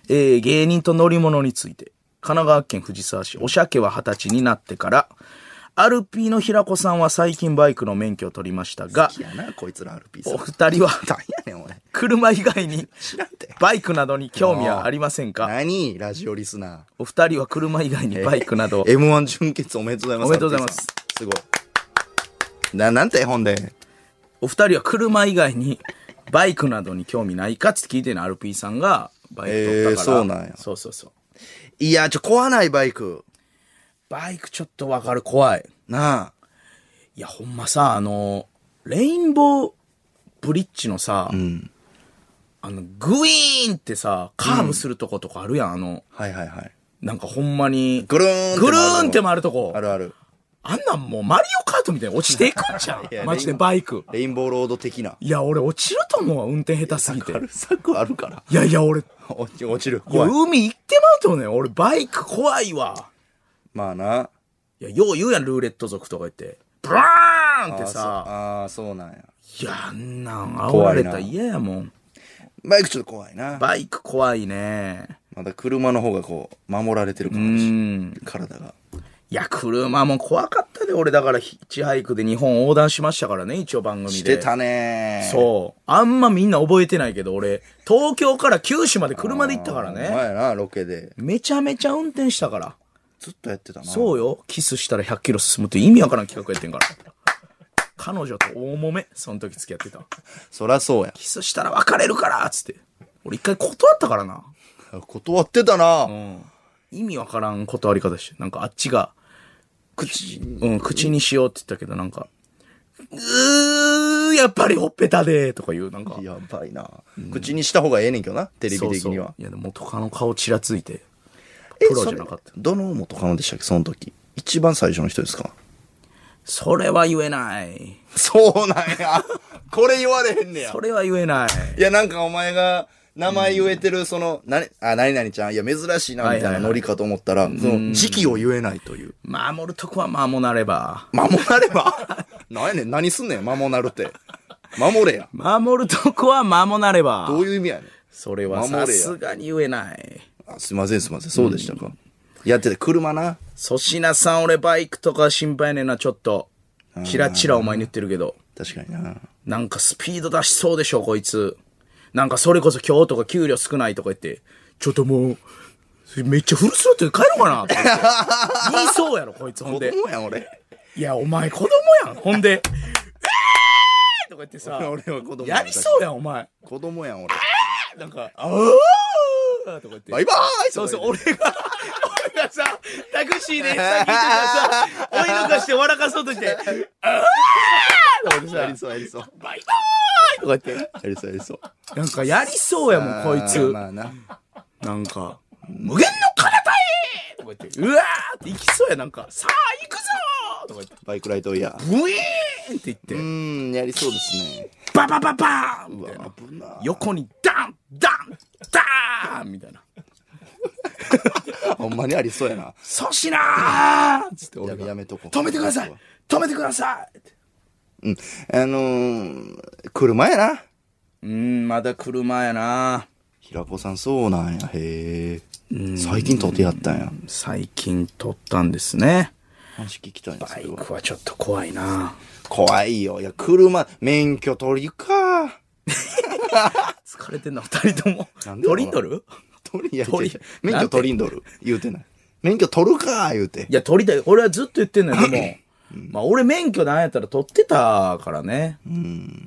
えー、芸人と乗り物について。神奈川県藤沢市、おしゃけは二十歳になってから、アールピー の平子さんは最近バイクの免許を取りましたが、 いやな、こいつら アールピー さん。 お二人は、 何やねん、俺。 車以外に知らんて。 バイクなどに興味はありませんか？ 何ラジオリスナー。 お二人は車以外にバイクなど、 エムワン 準決おめでとうございます。 おめでとうございます。 すごい。な、なんて、ほんで。 お二人は車以外にバイクなどに興味ないかって聞いてるの アールピー さんがバイク取ったから。 えー、そうなんや。 そうそうそう。 いや、ちょ、怖ないバイク。 バイクちょっとわかる、怖い。 なあ。 いや、ほんまさ、あの、レインボーブリッジのさ、うん、あの、グイーンってさ、カーブするとことかあるやん、うん、あの、 はいはいはい。 なんかほんまに、 ぐるーんってぐるーんって回るとこ。 あるある。 あんなんもうマリオカートみたいに落ちていくんじゃん。マジでバイク。 レインボーロード的な。 いや、俺落ちると思うわ、運転下手すぎて。 策あるから。 いやいや、俺、 落ち、落ちる。 いや、海行ってまうとね、俺バイク怖いわ。 まあな。 いや、よう言うやん、ルーレット族とか言って。ブラーンってさ。 ああ、そうなんや。 いや、あんなん煽られたら嫌やもん。 バイクちょっと怖いな。 バイク怖いね。 まだ車の方がこう、守られてるかもしれない。体が。 いや、車も怖かったで、俺だからヒッチハイクで日本横断しましたからね、一応番組で。 してたね。 そう。あんまみんな覚えてないけど、俺、東京から九州まで車で行ったからね。 前な、ロケで。 めちゃめちゃ運転したから。 ずっとやってたな。 そうよ。キスしたらひゃっキロ進むって意味わからん企画やってんから。彼女と大揉め、その時付き合ってた。 そらそうや。 キスしたら別れるからつって。俺一回断ったからな。 断ってたな。 うん。意味わからん断り方して。なんかあっちが、口、うん、口にしようって言ったけど、なんか、うー、やっぱりほっぺたでーとか言う、なんか。 やばいな、うん。口にした方がええねんけどな、テレビ的には。そうそういや、でも元カノ顔ちらついて。プロじゃなかった。 どの元カノでしたっけ、その時。一番最初の人ですか？ それは言えない。 そうなんや。これ言われへんねや。 それは言えない。 いや、なんかお前が、名前言えてる、その、なに、あ、何々ちゃん、いや、珍しいな、みたいなノリかと思ったら、その、時期を言えないという。 守るとこは守なれば。 守なれば何やねん、何すんねん、守なるって。守れや。 守るとこは守なれば。 どういう意味やねん。 それはさすがに言えない。 あ、すいません、すいません、そうでしたか。うん、やってて、車な。 粗品さん、俺バイクとか心配ねんな、ちょっと。チラチラお前に言ってるけど。 確かにな。 なんかスピード出しそうでしょ、こいつ。なんかそれこそ今日とか給料少ないとか言って、ちょっともう、めっちゃフルスロットで帰ろうかなって言いそうやろ、こいつほんで。 子供やん、俺。 いや、お前子供やん、ほんで。えーとか言ってさ、 俺は子供やりそうやん、お前。 子供やん、俺。 えーなんか、あーとか言って。 バイバーイそうそう、俺が、俺がさ、タクシーでさ、聞いてたさ、追い抜かして笑かそうとして、あーとか言ってさ、 やりそう、やりそう。 バイバーイとか言って。 やりそう、やりそう。 なんかやりそうやもん、こいつ。 まあな。 なんか、無限の彼方へとか言って、うわーって行きそうや、なんか、さあ行くぞーとか言って、 バイクライトイヤー。 ブイーンって言って、 うーん、やりそうですね。 ババババーンみたいな。 危な。 横にダンダンダーンみたいな。 ほんまにありそうやな。 粗品ーつって俺がやめとこう。 止めてください止めてくださいって。 うん。あのー、車やな。 うーん、まだ車やな。 平子さんそうなんや。へえ。最近撮ってやったんや。 最近撮ったんですね。 話聞きたいんですバイクはちょっと怖いな。 怖いよ。いや、車、免許取りか。 疲れてんな、二人とも。取りんどる取り、いや、取り、免許取りんどる言うてない。免許取るか言うて。 いや、取りたい。俺はずっと言ってんのよ、でも。まあ、俺免許なんやったら取ってたからね。 うん。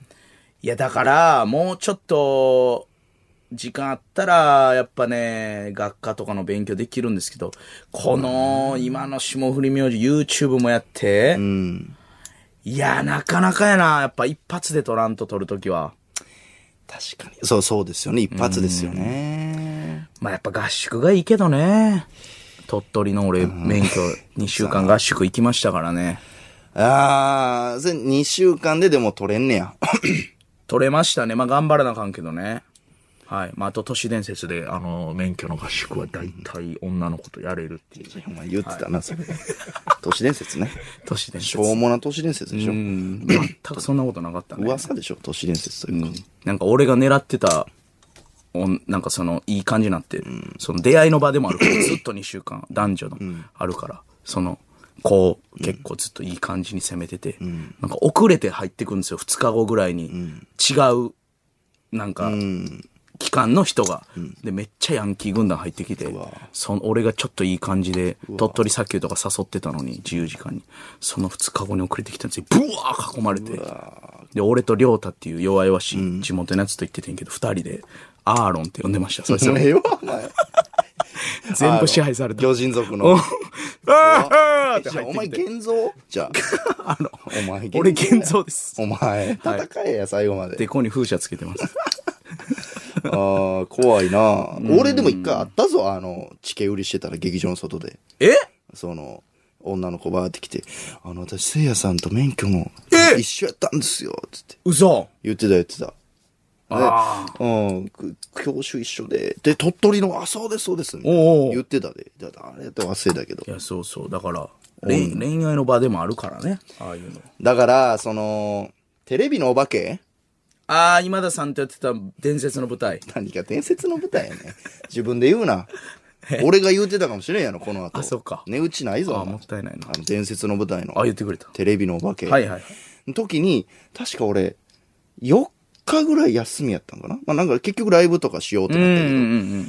いや、だから、もうちょっと、時間あったら、やっぱね、学科とかの勉強できるんですけど、この、今の霜降り明星 YouTube もやって、 うん。 いや、なかなかやな。やっぱ一発で取らんと取るときは。 確かに。そうそうですよね。一発ですよね。 まあやっぱ合宿がいいけどね。鳥取の俺、免許にしゅうかん合宿行きましたからね。 あー、それにしゅうかんででも取れんねや。 取れましたね。まあ頑張らなあかんけどね。はい。まああと都市伝説で、あの、免許の合宿は大体女の子とやれるっていう。 お前言ってたな、それ。都市伝説ね。 都市伝説。 しょうもな都市伝説でしょ。 うん。全くそんなことなかったね。 噂でしょ、都市伝説というか。うん、 なんか俺が狙ってたおんなんかその、いい感じになって、うん、その出会いの場でもあるから、ずっとにしゅうかん、男女の、あるから、その、こう、結構ずっといい感じに攻めてて、うん、なんか遅れて入ってくるんですよ、ふつかごぐらいに。うん、違う、なんか、うん機関の人が、うん、で、めっちゃヤンキー軍団入ってきて、その、俺がちょっといい感じで、鳥取砂丘とか誘ってたのに、自由時間に。そのふつかごに遅れてきたんですよ。ブワー囲まれて。で、俺と亮太っていう弱々しい地元のやつと言っててんけど、二、うん、人で、アーロンって呼んでました。それそれ。全部支配された。 魚人族の。ああお前現像じゃあ。あの、お前俺現像です。 お前、戦えや、最後まで。 で、ここに風車つけてます。 ああ、怖いな。俺でも一回あったぞ、あの、チケ売りしてたら劇場の外で。 えその、女の子バーって来て、あの、私、せいやさんと免許の、一緒やったんですよ、つって。 嘘言ってた言ってた。ああ。うん、教習一緒で。で、鳥取の、あ、そうです、そうです。おうおう言ってたで。あれやったら忘れたけど。 いや、そうそう。だから、恋、うん、恋愛の場でもあるからね。ああいうの。 だから、その、テレビのお化けああ、今田さんとやってた伝説の舞台。 何か伝説の舞台やね。自分で言うな。俺が言うてたかもしれんやろ、この後。 あ、そっか。 値打ちないぞ。 あ、もったいないな。 あの、伝説の舞台の。 あ、言ってくれた。 テレビのお化け。 はいはい。 の時に、確か俺、よっかぐらい休みやったんかな。まあなんか結局ライブとかしようってなったけど。うんうんうん、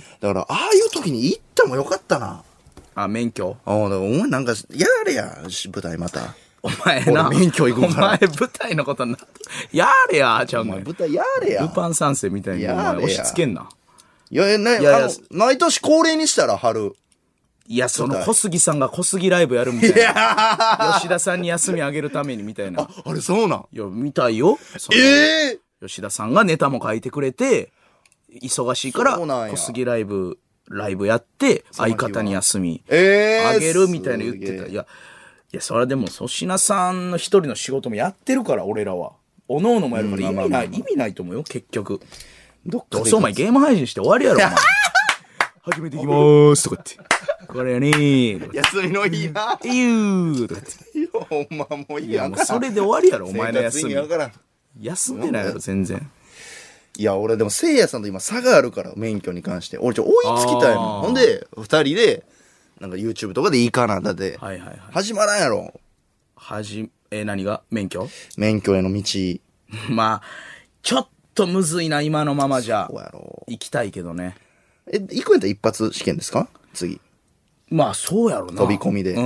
だから、ああいう時に行ってもよかったな。 あ、免許ああ、だからお前なんか、やれや、舞台また。 お前な。 免許行くから。 お前舞台のことな。やれや、ちゃうねん。 舞台やれや。 ルパン三世みたいに押し付けんな。 いや、ね、いやいや、毎年恒例にしたら春。 いや、その小杉さんが小杉ライブやるみたいな。吉田さんに休みあげるためにみたいな。 あ、あれそうなんいや、見たいよ。 ええー、吉田さんがネタも書いてくれて、忙しいから、小杉ライブ、ライブやって、相方に休みあげるみたいな言ってた。いや、いや、それはでも、粗品さんの一人の仕事もやってるから、俺らは。おのおのもやるから意味ない、意味ないと思うよ、結局。どっかどうせお前ゲーム配信して終わりやろ、お前。始めていきまーす、とか言って。これやねー。 休みのいいな。 いゆー、とか言って。 ほんまもういいやんか。それで終わりやろ、お前の休み。休んでないやろ、全然。 いや、俺でも、せいやさんと今差があるから、免許に関して。俺ちょ、追いつきたいの。ほんで、二人で、なんか YouTube とかでいいかな、だって。はいはいはい。始まらんやろ。 はじ、えー、何が免許免許への道。 まあ、ちょっとむずいな、今のままじゃ。そうやろ。行きたいけどね。 え、行くんやったら一発試験ですか次。 まあ、そうやろな。 飛び込みで。うん。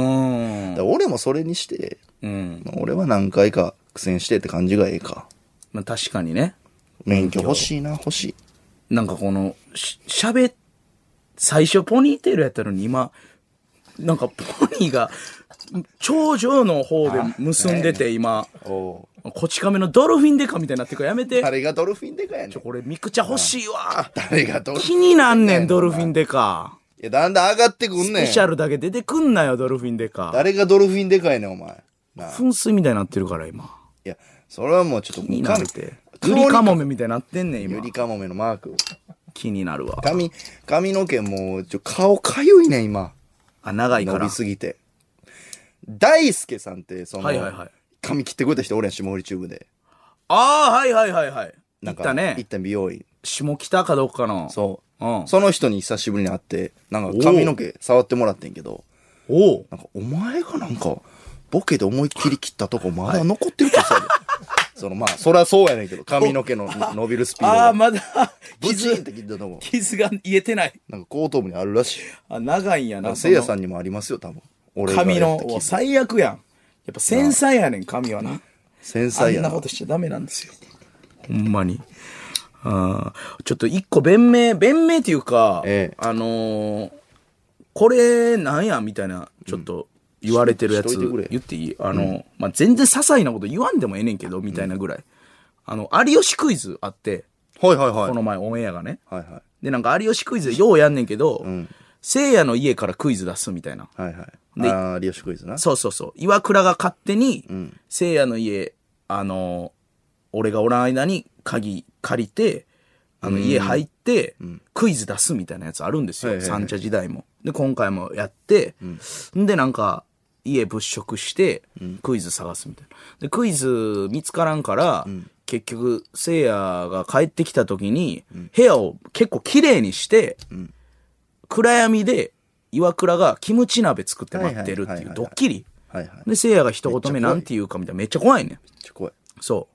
だ俺もそれにして、うん。まあ、俺は何回か苦戦してって感じがええか。 まあ、確かにね。 免許欲しいな、欲しい。 なんかこの、し、喋、最初ポニーテールやったのに今、なんかポニーが、頂上の方で結んでて今、こち亀のドルフィンデカみたいになってるからやめて。 誰がドルフィンデカやねん。 ちょ、これミクチャ欲しいわ。 誰がドルフィンデカ気になんねん、ドルフィンデカ。 いや、だんだん上がってくんねん。スペシャルだけ出てくんなよ、ドルフィンデカ。 誰がドルフィンデカやねん、お前。 噴水みたいになってるから今。 いや、それはもうちょっと気になるって。ゆりかもめみたいになってんねん、今。 ゆりかもめのマーク。 気になるわ。 髪、髪の毛もう、ちょ、顔かゆいねん、今。 あ、長いから。 伸びすぎて。大輔さんって、その、 はいはいはい。 髪切ってくれた人、俺やん、下りチューブで。 ああ、はいはいはいはい。行ったね。 行った美容院。 下北かどっかの。 そう。うん。その人に久しぶりに会って、なんか髪の毛触ってもらってんけど。おお。なんか、お前がなんか、ボケで思いっきり切ったとこまだ残ってるってさ、そのまあ、そりゃそうやねんけど、髪の毛の伸びるスピードが。 ああ、まだ、 傷って切ったとこ。 傷が癒えてない。 なんか後頭部にあるらしい。 あ、長いんやな。 せいやさんにもありますよ、多分。 俺髪の、最悪やん。やっぱ繊細やねん、髪はな。 繊細やな。あんなことしちゃダメなんですよ。ほんまに。あちょっと一個弁明、弁明っていうか、ええ、あのー、これなんやみたいな、ちょっと言われてるやつ、うん、言っていいあの、うん、まあ、全然些細なこと言わんでもええねんけど、みたいなぐらい。うん、あの、有吉クイズあって、 はいはいはい。 この前オンエアがね。 はいはい。 で、なんか有吉クイズようやんねんけど、うん、聖夜の家からクイズ出すみたいな。 はいはい。で、あ有吉クイズな。 そうそうそう。岩倉が勝手に、うん、聖夜の家、あの、俺がおらん間に鍵借りて、あの、家入って、クイズ出すみたいなやつあるんですよ。三茶時代も。で、今回もやって、んで、なんか、家物色して、クイズ探すみたいな。で、クイズ見つからんから、 結局、せいやが帰ってきた時に、うん、部屋を結構綺麗にして、うん、暗闇で岩倉がキムチ鍋作って待ってるっていうドッキリ。はいはい、で、せいやが一言目なんて言うかみたいなめっちゃ怖いねん。めっちゃ怖い。そう。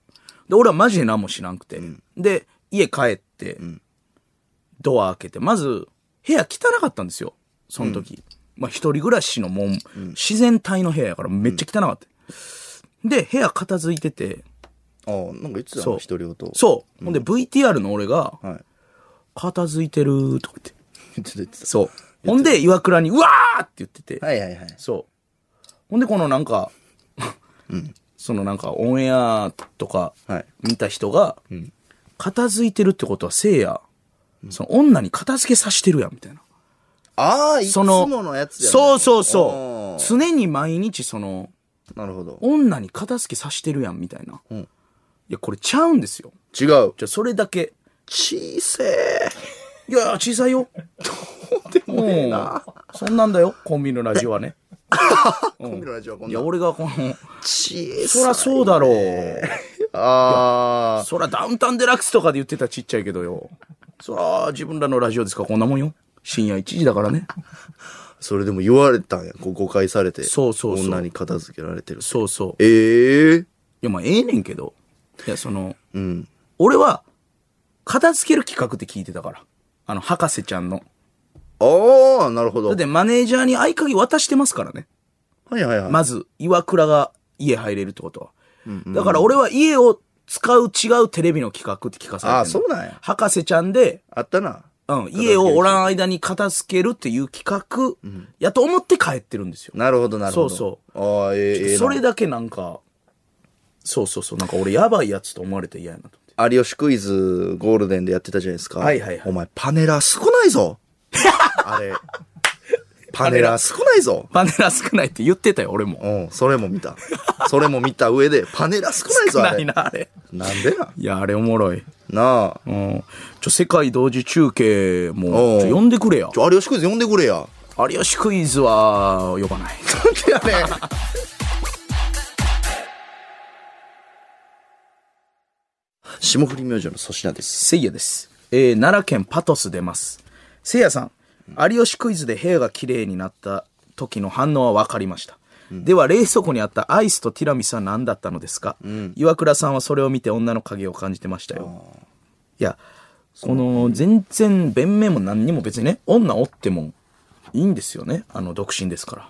で、俺はマジで何も知らんくて。うん、で、家帰って、うん、ドア開けて、まず、部屋汚かったんですよ。その時。うん、まあ、一人暮らしのもん、うん、自然体の部屋やからめっちゃ汚かった。うん、で、部屋片付いてて。 ああ、なんか言ってたの一人ごと。 そう。ほ、うん、んで ブイティーアール の俺が、はい、片付いてるとか言って。言ってた言ってた。そう。ほんで、岩倉に、うわーって言ってて。 はいはいはい。 そう。ほんで、このなんか、うん、そのなんかオンエアとか見た人が、はい、片付いてるってことはせいや、うん、その女に片付けさせてるやんみたいな。 ああ、いつものやつや、ね、 そうそうそう。常に毎日その、 なるほど。 女に片付けさせてるやんみたいな。うん、いや、これちゃうんですよ。 違う。 じゃそれだけ。 小せえ。 いや、小さいよ。 どうでもええな。 そんなんだよ、コンビニのラジオはね。 コンビニのラジオはこんな。 いや、俺がこの、 小さい。 そらそうだろう。 ああ。 そらダウンタウンデラックスとかで言ってたらちっちゃいけどよ。そら自分らのラジオですからこんなもんよ。深夜いちじだからね。 それでも言われたんや。誤解されて。 そうそうそう。 女に片付けられてる。 そうそう。 ええー。いや、まあええねんけど。いや、その、うん。俺は、片付ける企画って聞いてたから。あの、博士ちゃんの。 ああ、なるほど。 だってマネージャーに合鍵渡してますからね。 はいはいはい。 まず、岩倉が家入れるってことは。うんうん、だから俺は家を使う違うテレビの企画って聞かされてる。 ああ、そうなんや。 博士ちゃんで。 あったな。 うん。家をおらん間に片付けるっていう企画、うん、やと思って帰ってるんですよ。 なるほどなるほど。 そうそう。 ああ、ええー。 それだけなんか、そうそうそう。なんか俺やばいやつと思われて嫌やなと。 有吉クイズゴールデンでやってたじゃないですか。 はいはいはい。 お前パネラー少ないぞ。あれ。パネラー少ないぞ。 パネラー少ないって言ってたよ、俺も。 うん、それも見た。それも見た上で、パネラー少ないぞ、 少ないな、あれ。 なんでな。 いや、あれおもろい。 なあ。 うん。ちょ、世界同時中継も、ちょ、呼んでくれや。 ちょ、有吉クイズ呼んでくれや。 有吉クイズは、呼ばない。 なんでやねん。霜降り明星の粗品です。 せいやです。えー、奈良県パトス出ます。せいやさん、有吉クイズで部屋が綺麗になった時の反応は分かりました。うん、では、冷蔵庫にあったアイスとティラミスは何だったのですか？うん、岩倉さんはそれを見て女の影を感じてましたよ。いや、この、全然、弁明も何にも別にね、女おってもいいんですよね。あの、独身ですから。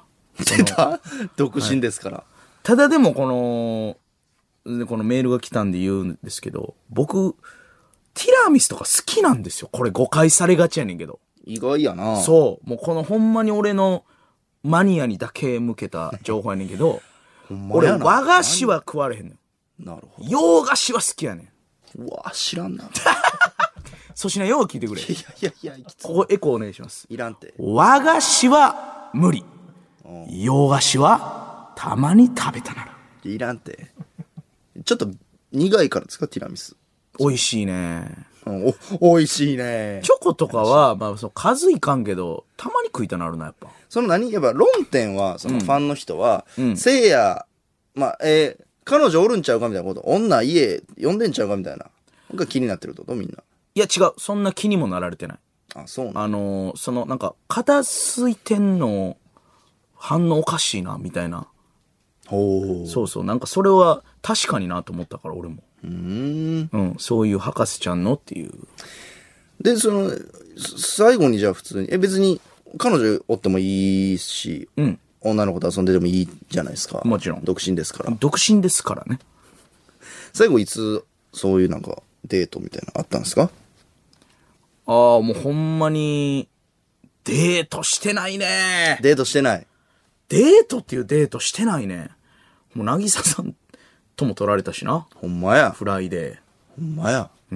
出た独身ですから、はい。 ただでも、この、このメールが来たんで言うんですけど、僕、ティラミスとか好きなんですよ。これ誤解されがちやねんけど。 意外やな。 そう。もうこのほんまに俺のマニアにだけ向けた情報やねんけど、俺和菓子は食われへんねん。 なるほど。 洋菓子は好きやねん。うわ、知らんな。 粗品よう聞いてくれ。 いやいやいや、 ここエコーお願いします。 いらんて。 和菓子は無理。洋菓子はたまに食べたなら。 いらんて。ちょっと苦いからですか、ティラミス。 美味しいね。 うん、お、美味しいね。 チョコとかは、まあ、その数いかんけど、たまに食いたなるな、やっぱ。 その何やっぱ論点は、そのファンの人は、うん、せいや、まあ、えー、彼女おるんちゃうかみたいなこと、女家呼んでんちゃうかみたいな。が気になってるってことみんな。 いや、違う。そんな気にもなられてない。 あ、そうなの？ あのー、その、なんか、片付いてんの、反応おかしいな、みたいな。 ほう。 そうそう。なんか、それは確かになと思ったから、俺も。 うーん。 うん。そういう博士ちゃんのっていう。 で、その、最後にじゃあ普通に、え、別に、彼女おってもいいし、うん。女の子と遊んでてもいいじゃないですか。 もちろん。 独身ですから。 独身ですからね。 最後いつ、そういうなんか、デートみたいなのあったんですか？ ああ、もうほんまに、デートしてないね。 デートしてない。 デートっていうデートしてないね。もう、なぎささんとも取られたしな。 ほんまや。 フライデー。 ほんまや。 うん。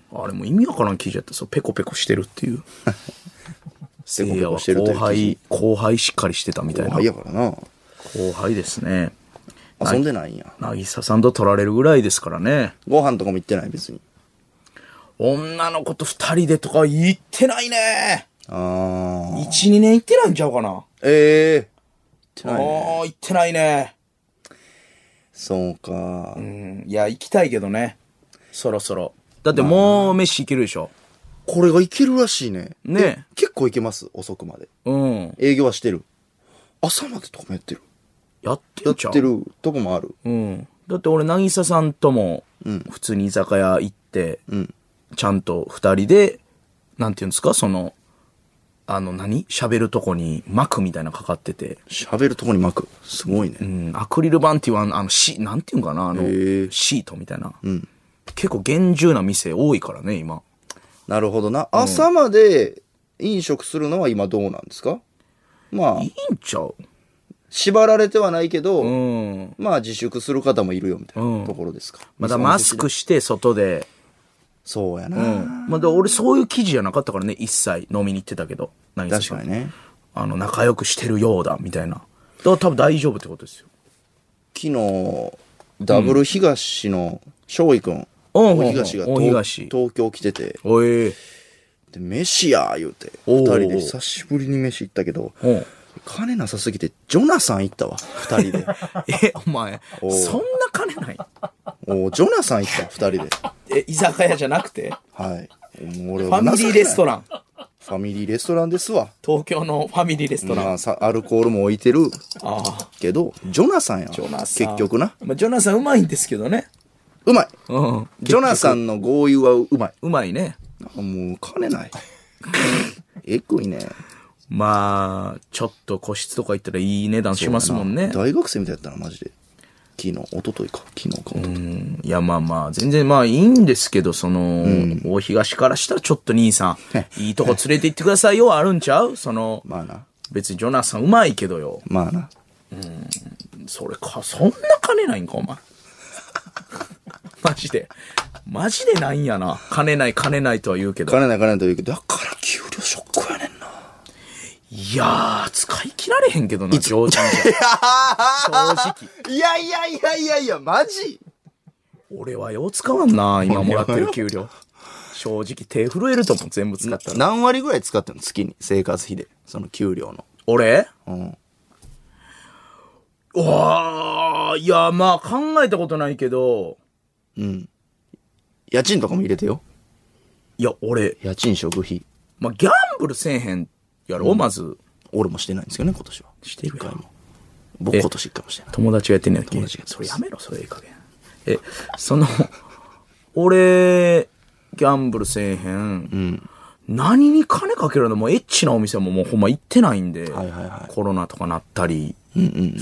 あれも意味わからん記事やった。そう、ペコペコしてるっていう。せいやは後輩、後輩しっかりしてたみたいな。 後輩やからな。 後輩ですね。 遊んでないんや。 なぎささんと取られるぐらいですからね。 ご飯とかも行ってない別に。 女の子と二人でとか行ってないね。 ああ。 一、二年行ってないんちゃうかな。 ええー。 ああ、行ってないね。 そうか。 うん。いや、行きたいけどね。 そろそろ。だってもう飯いけるでしょ。 これがいけるらしいね。 ね結構いけます、遅くまで。 うん。 営業はしてる。朝までとかもやってる。 やってやんちゃうってるとこもある。 うん。だって俺、なぎささんとも、普通に居酒屋行って、 うん。 ちゃんと二人で、なんていうんですか、その、あの何、喋るとこに膜みたいなのかかってて。 喋るとこに巻く。すごいね。 うん。アクリル板っていうあの、あのシなんていうんかな、あの、シートみたいな。 うん。 結構厳重な店多いからね、今。 なるほどな。朝まで飲食するのは今どうなんですか？まあい、いんちゃう？ 縛られてはないけど、 うん。 まあ自粛する方もいるよみたいなところですか。 まだマスクして外で。 そうやな。 うん。まだ俺そういう記事じゃなかったからね、一切飲みに行ってたけど。何確かにね。 あの、仲良くしてるようだ、みたいな。だから多分大丈夫ってことですよ。 昨日、ダブル東の翔井くん、 うん大東が大東東京来てて、 おえで、飯や言うて、 おー二人で久しぶりに飯行ったけど、 ー。 金なさすぎて、ジョナサン行ったわ、二人で。 え、お前、 おうそんな金ない？ おジョナサン行ったわ、二人で。 え、居酒屋じゃなくてはい。俺ファミリーレストラン。 ファミリーレストランですわ。 東京のファミリーレストラン。 まあさ、アルコールも置いてるああ。 けど、ジョナサンやわ。 ジョナサン。 結局な。 まあ、ジョナサンうまいんですけどね。 うまい。 うん。 ジョナサンの豪遊はうまい。 うまいね。 もう金ない。えぐいね。 まあ、ちょっと個室とか行ったらいい値段しますもんね。 大学生みたいだったな、マジで。昨日、一昨日か。昨日か、一昨日。 うんいや、まあまあ、全然まあいいんですけど、その、大東からしたらちょっと兄さん、いいとこ連れて行ってくださいよ、はあるんちゃうその、 まあな。 別にジョナサンうまいけどよ。 まあな。 それか、そんな金ないんか、お前。マジで。マジでないんやな。金ない、金ないとは言うけど。 金ない金ないと言うけど、だから給料ショックやねんな。 いやー、使い切られへんけどな、常人じゃ。正直。 いやいやいやいやいや、マジ俺はよう使わんな、今もらってる給料。正直手震えると思う、全部使ったら。 何割ぐらい使ってんの月に。生活費で。その給料の。 俺うん。 うわー、いや、まあ考えたことないけど、 うん。家賃とかも入れてよ。 いや、俺、 家賃食費。 まあギャンブルせえへんやろ、まず。 俺もしてないんですけどね、今年は。 してるやん一回も。僕今年一回もしてない。 友達がやってんねやっけ友達がやってますそれやめろ、それいい加減。え、その、俺、ギャンブルせえへん。 うん。 何に金かけるのもうエッチなお店ももうほんま行ってないんで、 はいはいはいコロナとかなったり。 うんうん。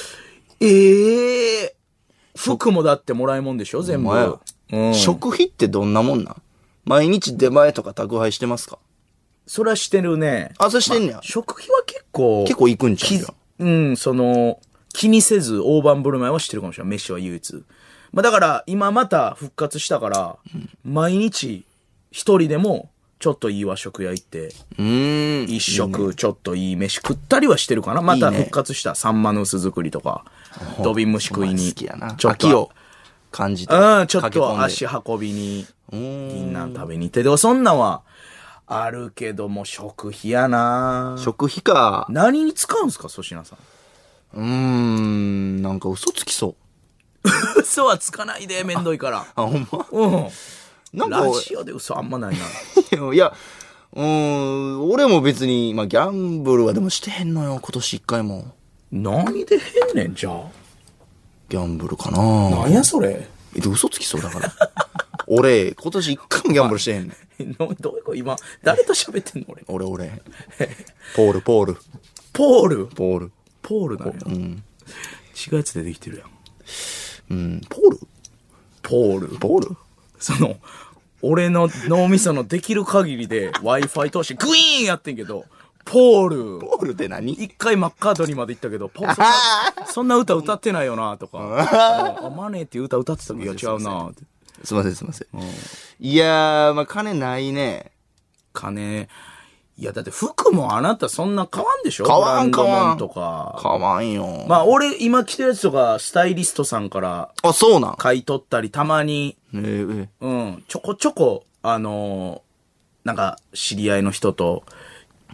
ええー、服もだってもらいもんでしょ全部。 ほんまやうん。 食費ってどんなもんなん？毎日出前とか宅配してますか？ それはしてるね。 あ、それしてんねや。 食費は結構、 結構行くんちゃうきじゃん。 うん、その、気にせず大盤振る舞いはしてるかもしれない。飯は唯一。まあだから、今また復活したから、毎日一人でも、ちょっといい和食屋行って、 うーん。 一食ちょっといい飯食ったりはしてるかな。またいいね復活したサンマの巣作りとか、土瓶蒸し食いに。 好きやな。 ちょっと秋を感じて。 うん、ちょっと駆け込んで足運びに、 うーん。 銀杏食べに行って。でもそんなんは、あるけども、食費やな食費か。 何に使うんすか、粗品さん。 うーん。なんか嘘つきそう。 嘘はつかないで、めんどいから。 あ、ほんまうん。 なんかラジオで嘘あんまないな。 いや、うーん。俺も別に、まあギャンブルはでもしてへんのよ、今年一回も。 何でへんねん、じゃあ。 ギャンブルかな。 なんやそれ。 え、で嘘つきそうだから。俺、今年一回もギャンブルしてへんねん。 どどういうこと今、誰と喋ってんの俺。 俺、俺。ポール、ポール。 ポールポール。 ポールだよ。 うん。 違うやつでできてるやん。 うん。ポールポール。 ポールその、俺の脳みそのできる限りで Wi-Fi 通してグイーンやってんけど、ポール。 ポールって何？ 一回マッカートニーまで行ったけど、ポそんな、そんな歌歌ってないよな、とか。あ、マネーっていう歌歌ってたけど、いや違うな、って。 すいません、すいません。いやー、まあ、金ないね。 金、いやだって服もあなたそんな買わんでしょ買わんブランド買わんもんとか。 買わんよ。 まあ俺今着てるやつとかスタイリストさんからあ、そうなん。 買い取ったりたまに、 えー、えうん、ちょこちょこ、あのーなんか知り合いの人と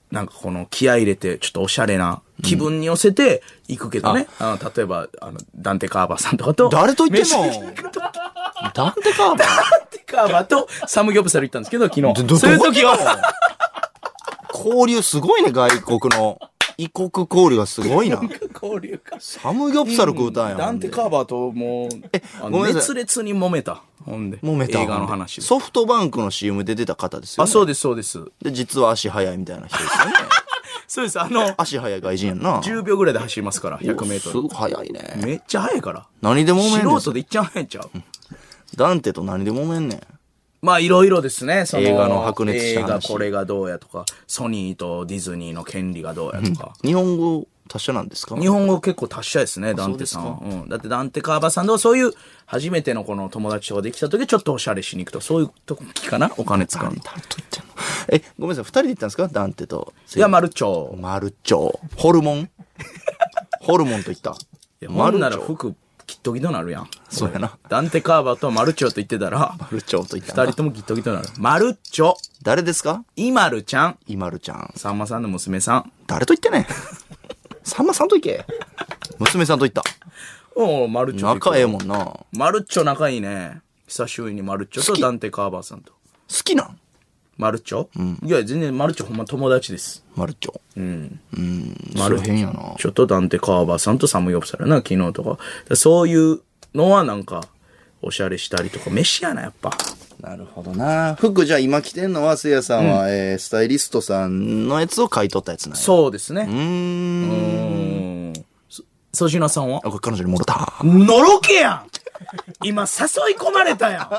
なんかこの気合い入れて、ちょっとおしゃれな気分に寄せて行くけどね。うん、あの、例えば、あの、ダンテカーバーさんとかと。 誰と言ってんのダンテカーバーダンテカーバーとサムギョプサル行ったんですけど、昨日。そういう時は。 交流すごいね、外国の。異国交流がすごいな。 交流か。 サムギョプサル食うたんやん。 ダンテカーバーともう、え、ごめんなさい。熱烈に揉めた。ほんで。 揉めた。 映画の話。 ソフトバンクの シーエム で出た方ですよね。 あ、そうです、そうです。 で、実は足速いみたいな人ですよね。 そうです、あの、 足速い外人やんな。 じゅうびょうぐらいで走りますから、ひゃくメートル。 すごい速いね。 めっちゃ速いから。 何で揉めんねん。 素人でいっちゃ速いんちゃう。 ダンテと何で揉めんねん。 まあ、いろいろですね。その映画の白熱した話。 映画これがどうやとか、ソニーとディズニーの権利がどうやとか。 うん、日本語達者なんですか？ 日本語結構達者ですね、ダンテさんは。うん。だってダンテカーバーさんではそういう、初めてのこの友達とかできた時ちょっとおしゃれしに行くと、そういう時かなお金使うの。 誰と言ってんの？え、ごめんなさい、二人で行ったんですか？ダンテと。 いや、マルチョ。 マルチョ。ホルモンホルモンと言った。いや、マルなら服、ギットギトなるやん。 そうやな。 ダンテカーバーとマルチョと言ってたら、 マルチョと言った二人ともギットギトなる。マルチョ。 誰ですか？ イマルちゃん。 イマルちゃん。 さんまさんの娘さん。 誰と言ってねん。さんまさんと行け。娘さんと言った。 おう、マルチョ。 仲ええもんな。 マルチョ仲いいね。久しぶりにマルチョとダンテカーバーさんと。 好きなん？ マルチョ？うん。いや、全然マルチョほんま友達です。 マルチョ。 うん。 うん。マル変やな。 ちょっとダンテカーバーさんとサムギョプサルな、昨日とか。そういうのはなんか、おしゃれしたりとか、飯やな、やっぱ。 なるほどな。服じゃあ今着てんのは、せいやさんは、うん、えー、スタイリストさんのやつを買い取ったやつなんや。 そうですね。 うーん。 うーん。粗品さんは？ あ、これ彼女に戻った。 のろけやん今誘い込まれたや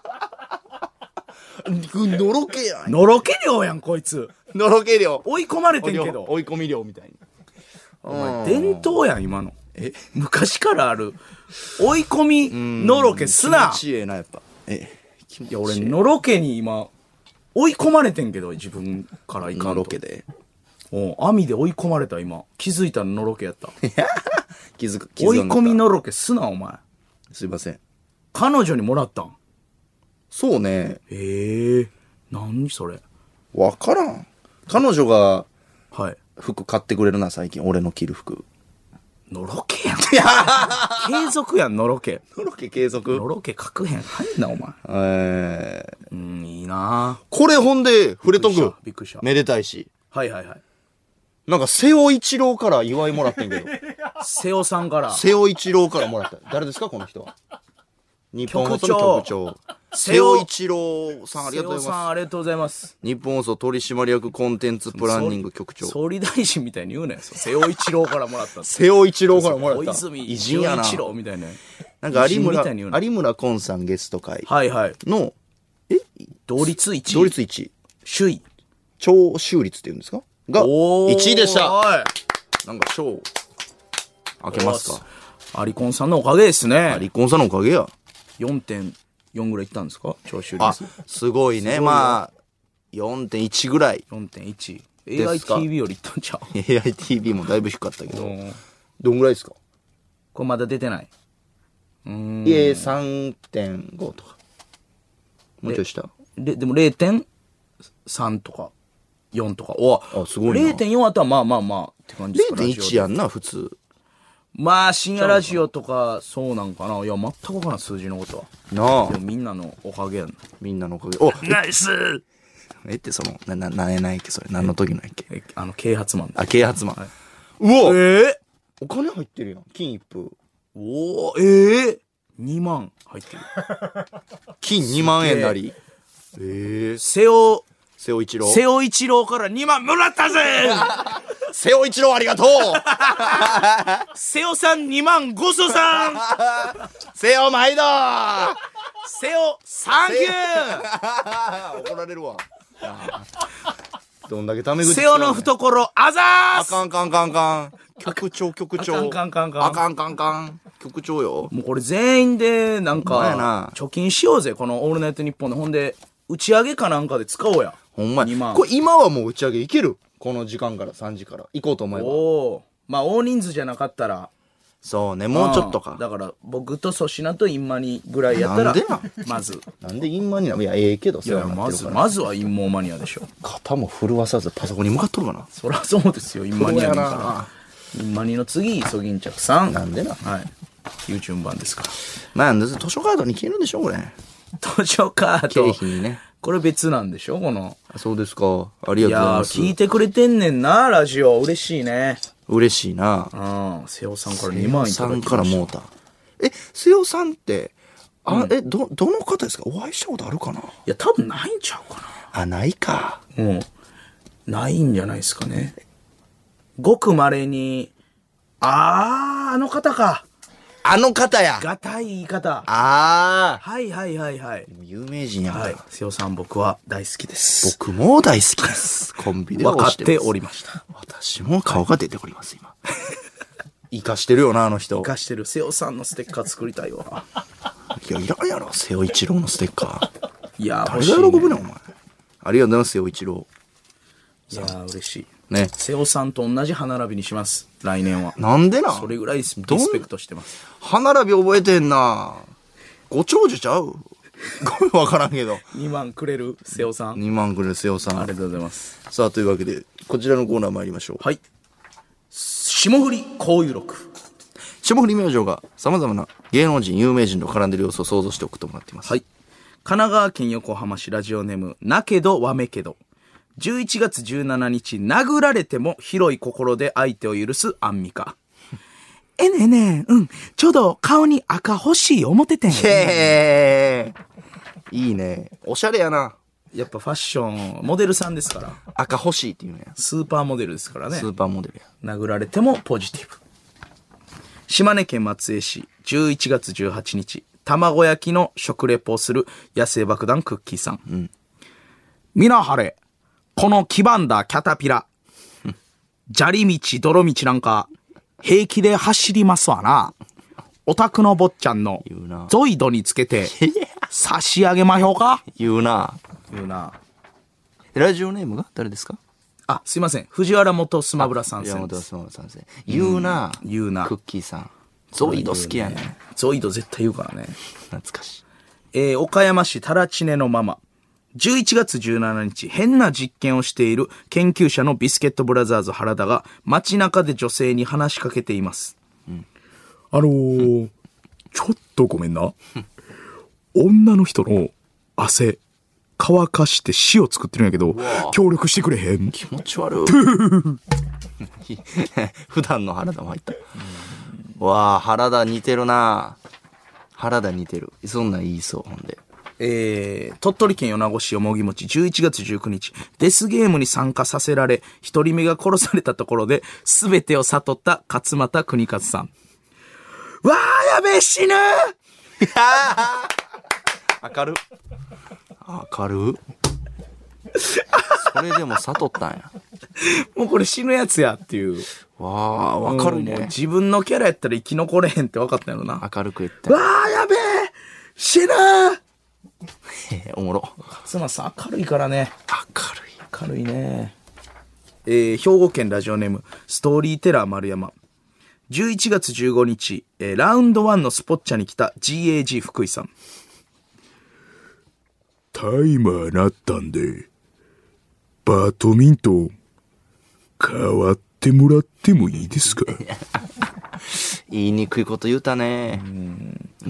ん。のろけやん。 のろけ量やん、こいつ。 のろけ量。 追い込まれてんけど。 追い込み量みたいに。 お前、伝統やん、今の。え昔からある。追い込み、のろけすな。 気持ちええな、やっぱ。えいや、俺、のろけに今、追い込まれてんけど、自分からいかんと。 のろけで。 お網で追い込まれた、今。気づいたらのろけやった。 気づく、 気づく。追い込みのろけすな、お前。 すいません。 彼女にもらったん？ そうね。 ええー。何それ。 わからん。彼女が、 はい。 服買ってくれるな、最近。俺の着る服。 のろけやん。継続やん、のろけ。 のろけ継続のろけ書くへん。入んな、お前。 えー。うん、いいなこれほんで、触れとく。 びっくりした。 めでたいし。 はいはいはい。 なんか、瀬尾一郎から祝いもらってんけど。 瀬尾さんから。 瀬尾一郎からもらった。誰ですか、この人は。日本放送の局長。瀬尾一郎さん、ありがとうございます。瀬尾さん、 ありがとうございます。 日本放送取締役コンテンツプランニング局長。 総理大臣みたいに言うなよ。瀬尾一郎からもらった。 瀬尾一郎からもらった。 小泉偉人一郎みたいな。 なんか有村、有村昆さんゲスト会。 はいはい。 の、え同率いちい。 同率いちい。 首位。 超収率って言うんですかが、いちいでした。 はい。 なんか賞、開けますか。 アリコンさんのおかげですね。 アリコンさんのおかげや。 よんてんよん ぐらいいったんですか？聴取率。 あ、すごいね。まあ、よんてんいち ぐらい。 よんてんいち。エーアイティービー よりいったんちゃう？ エーアイティービー もだいぶ低かったけど。どんぐらいですか？ これまだ出てない。 うーん。いえ、さんてんご とか。もうちょい下。 で、でも れいてんさん とかよんとか。おあ、すごいな。 れいてんよん あったらまあまあまあって感じですか。 れいてんいち やんな、普通。 まあ、深夜ラジオとか、そうなんかな。いや、全くわからん、数字のことは。 なあ。 でもみんなのおかげやん。 みんなのおかげ。おナイスえってその、な、な、なえないっけそれ。何の時のやっけえ、あの、啓発マン。 あ、啓発マン。 はい、 うわえー、 お金入ってるやん。金一封。 おー、ええー、にまん入ってる。 金にまん円なり。ええー。 瀬尾、 瀬尾一郎。 瀬尾一郎からにまんもらったぜ瀬尾一郎ありがとう瀬尾さんにまんごそさん瀬尾毎度瀬尾サンキュー怒られるわ。どんだけタメ口瀬尾の懐あざーすあかんかんかんかん。局長局長。 あかんかんかんかん。 あかんかんかん。局長よ。 もうこれ全員でなんか貯金しようぜ、このオールナイトニッポンで。ほんで打ち上げかなんかで使おうや。 ほんまに。これ今はもう打ち上げいける？この時間からさんじから行こうと思えば。 おお。まあ大人数じゃなかったらそうね、もうちょっとか。 だから、僕と粗品とインマニぐらいやったら、 なんでなんまず。 なんでインマニア、いや、ええけど、 いや、まず、まずは陰謀マニアでしょ。 肩も震わさずパソコンに向かっとるかな。 そりゃそうですよ、陰マニアだから。インマニの次、イソギンチャクさん。 なんでな。 はい。いう順番ですから。 まあ、図書カードに消えるんでしょ、これ。 図書カード。 経費にね。 これ別なんでしょ、この。 そうですか。ありがとうございます。 いやー、聞いてくれてんねんな、ラジオ。嬉しいね。 嬉しいな。 うん。瀬尾さんからにまんいただきました。瀬尾さんからもうた。え、瀬尾さんって、あ、うん、え、ど、どの方ですか？お会いしたことあるかな？いや、多分ないんちゃうかな。あ、ないか。 うん。ないんじゃないですかね。ごく稀に、あー、あの方か。 あの方や。 がたい言い方。 あー。 はいはいはいはい。 有名人やん。はい。 瀬尾さん僕は大好きです。 僕も大好きです。コンビで分かっておりました。 私も顔が出ております、今。生かしてるよな、あの人。 生かしてる。瀬尾さんのステッカー作りたいわ。 いや、いらんやろ、瀬尾一郎のステッカー。 いや、 誰が喜ぶねん、お前。ありがとうございます、瀬尾一郎。 いやー、嬉しい。 ね。 瀬尾さんと同じ歯並びにします。来年は。 なんでな。 それぐらいリスペクトしてます。 歯並び覚えてんな。ご長寿ちゃう？ごめん、わからんけど。 にまんくれる瀬尾さん。 にまんくれる瀬尾さん。 ありがとうございます。 さあ、というわけで、こちらのコーナー参りましょう。 はい。霜降り交友録。 霜降り明星が様々な芸能人、有名人と絡んでる様子を想像して送ってもらっています。 はい。神奈川県横浜市ラジオネーム、なけどわめけど。じゅういちがつじゅうしちにち、殴られても広い心で相手を許すアンミカ。えねえねえ、うん、ちょうど顔に赤欲しい思っててん。 へー。いいね。おしゃれやな。 やっぱファッション、モデルさんですから。 赤欲しいっていうね。 スーパーモデルですからね。 スーパーモデルや。 殴られてもポジティブ。島根県松江市、じゅういちがつじゅうはちにち、卵焼きの食レポをする野生爆弾クッキーさん。うん。みなはれ。この黄ばんだキャタピラ。砂利道、泥道なんか、平気で走りますわな。お宅の坊ちゃんの、ゾイドにつけて、差し上げましょうか。 言うな。 言うな。 ラジオネームが誰ですか？ あ、すいません。藤原元スマブラ参戦。 藤原元スマブラ参戦。言うな。 うん、言うな。 クッキーさん。ゾイド好きやね。 ゾイド絶対言うからね。 懐かしい。 えー、岡山市タラチネのママ。じゅういちがつじゅうしちにち、変な実験をしている研究者のビスケットブラザーズ原田が街中で女性に話しかけています。うん、あのー、ちょっとごめんな。女の人の汗、乾かして塩作ってるんやけど、協力してくれへん？ 気持ち悪い。普段の原田も入った。わあ、原田似てるな。原田似てる。そんなん言いそう、ほんで。 えー、鳥取県米子市よもぎ餅じゅういちがつじゅうくにち、デスゲームに参加させられ、一人目が殺されたところで、すべてを悟った勝俣邦和さん。わー、やべえ、死ぬ明る。明る。それでも悟ったんや。 もうこれ死ぬやつやっていう。 わー、明るいね。 もう自分のキャラやったら生き残れへんって分かったんやろな。 明るく言って。 わー、やべえ、死ぬおもろ。 勝間さん明るいからね。 明るい。 明るいね。えー、兵庫県ラジオネーム、ストーリーテラー丸山。じゅういちがつじゅうごにち、えー、ラウンドワンのスポッチャに来た ジーエージー 福井さん。タイマーなったんで、バドミントン、変わってもらってもいいですか？ 言いにくいこと言うたね。 うんうん、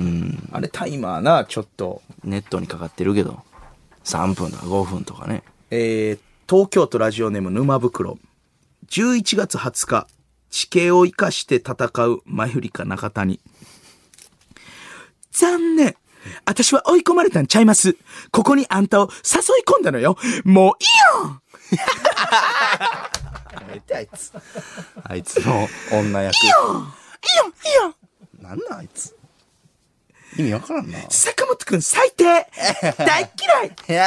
あれタイマーな、ちょっと。 ネットにかかってるけど。さんぷんとかごふんとかね。 えー、東京都ラジオネーム沼袋。じゅういちがつはつか、地形を生かして戦うマユリカ中谷。残念。私は追い込まれたんちゃいます。ここにあんたを誘い込んだのよ。もういいよやめてあいつ。あいつの女役。 いいよいいよいいよなんなんあいつ。意味わからんな。 坂本くん最低大嫌いいいよ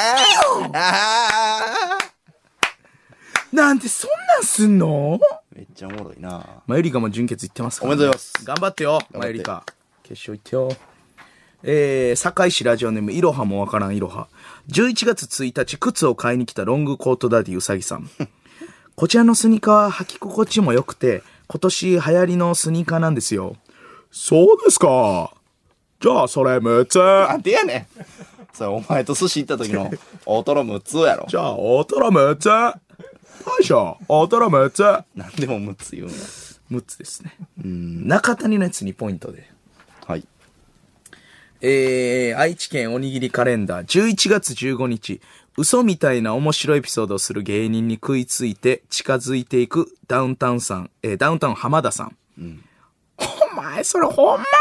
なんでそんなんすんの？ めっちゃおもろいな。 マユリカも準決行ってますから、 ね、おめでとうございます。 頑張ってよ、マユリカ。決勝行ってよ。えー、堺市ラジオネームいろはもわからんいろは。じゅういちがつついたち、靴を買いに来たロングコートダディうさぎさん。こちらのスニーカーは履き心地も良くて、今年流行りのスニーカーなんですよ。 そうですか。じゃあ、それむつ。 なんでやねん。それ、お前と寿司行った時の大トロむつやろ。 じゃあ、大トロむつ。よいしょ、大トロむつ。 なんでもむつ言うんや。 むつですね。うん。中谷のやつにポイントで。 はい。 えー、愛知県おにぎりカレンダー、じゅういちがつじゅうごにち、嘘みたいな面白いエピソードをする芸人に食いついて近づいていくダウンタウンさん、えー、ダウンタウン浜田さん。うん、お前、それほんまか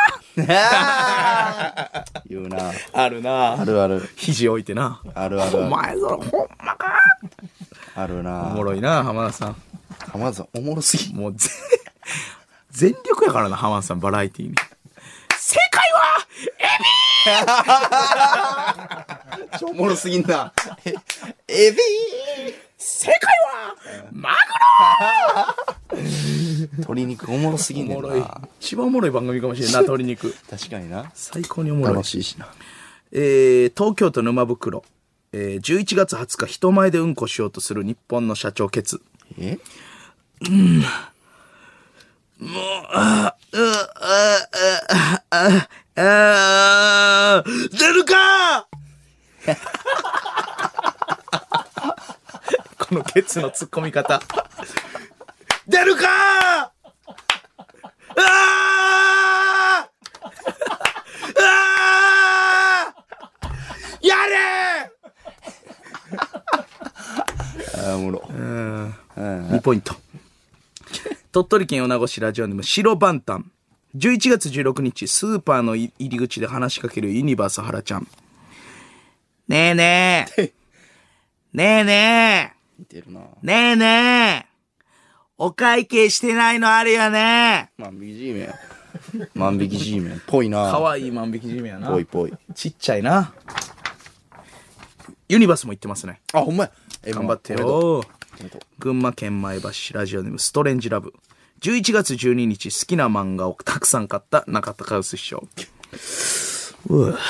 言うな。 あるな。 あるある。 肘置いてな。 あるある。 お前、それほんまかあるな。 おもろいな、浜田さん。 浜田さん、おもろすぎ。 もうぜ、全力やからな、浜田さん、バラエティーに。正解は、 エビーちょ、おもろすぎんな。え、エビー正解は、マグロ鶏肉おもろすぎんねんな。おもろい。 一番おもろい番組かもしれんな、鶏肉。 確かにな。 最高におもろい。 楽しいしな。 えー、東京都沼袋。えー、じゅういちがつはつか、人前でうんこしようとする日本の社長ケツ。 えうん。もう、あ、う、あ、あ、あ、あ、出るかこのケツの突っ込み方。出るかあああやれあーおもろ。 うん。にポイント。鳥取県米子市ラジオネーム白バンタン。じゅういちがつじゅうろくにち、スーパーの入り口で話しかけるユニバース原ちゃん。ねえねえ。ねえねえ。 似てるな。 ねえねえ。お会計してないのあるよね。 万引き G メン。万引き G メン。ぽいな。 かわいい万引き G メンやな。 ぽいぽい。 ちっちゃいな。ユニバースも言ってますね。 あ、ほんまや。 頑張ってよ。群馬県前橋ラジオネームストレンジラブ。じゅういちがつじゅうににち、好きな漫画をたくさん買った中田カウス師匠。うわ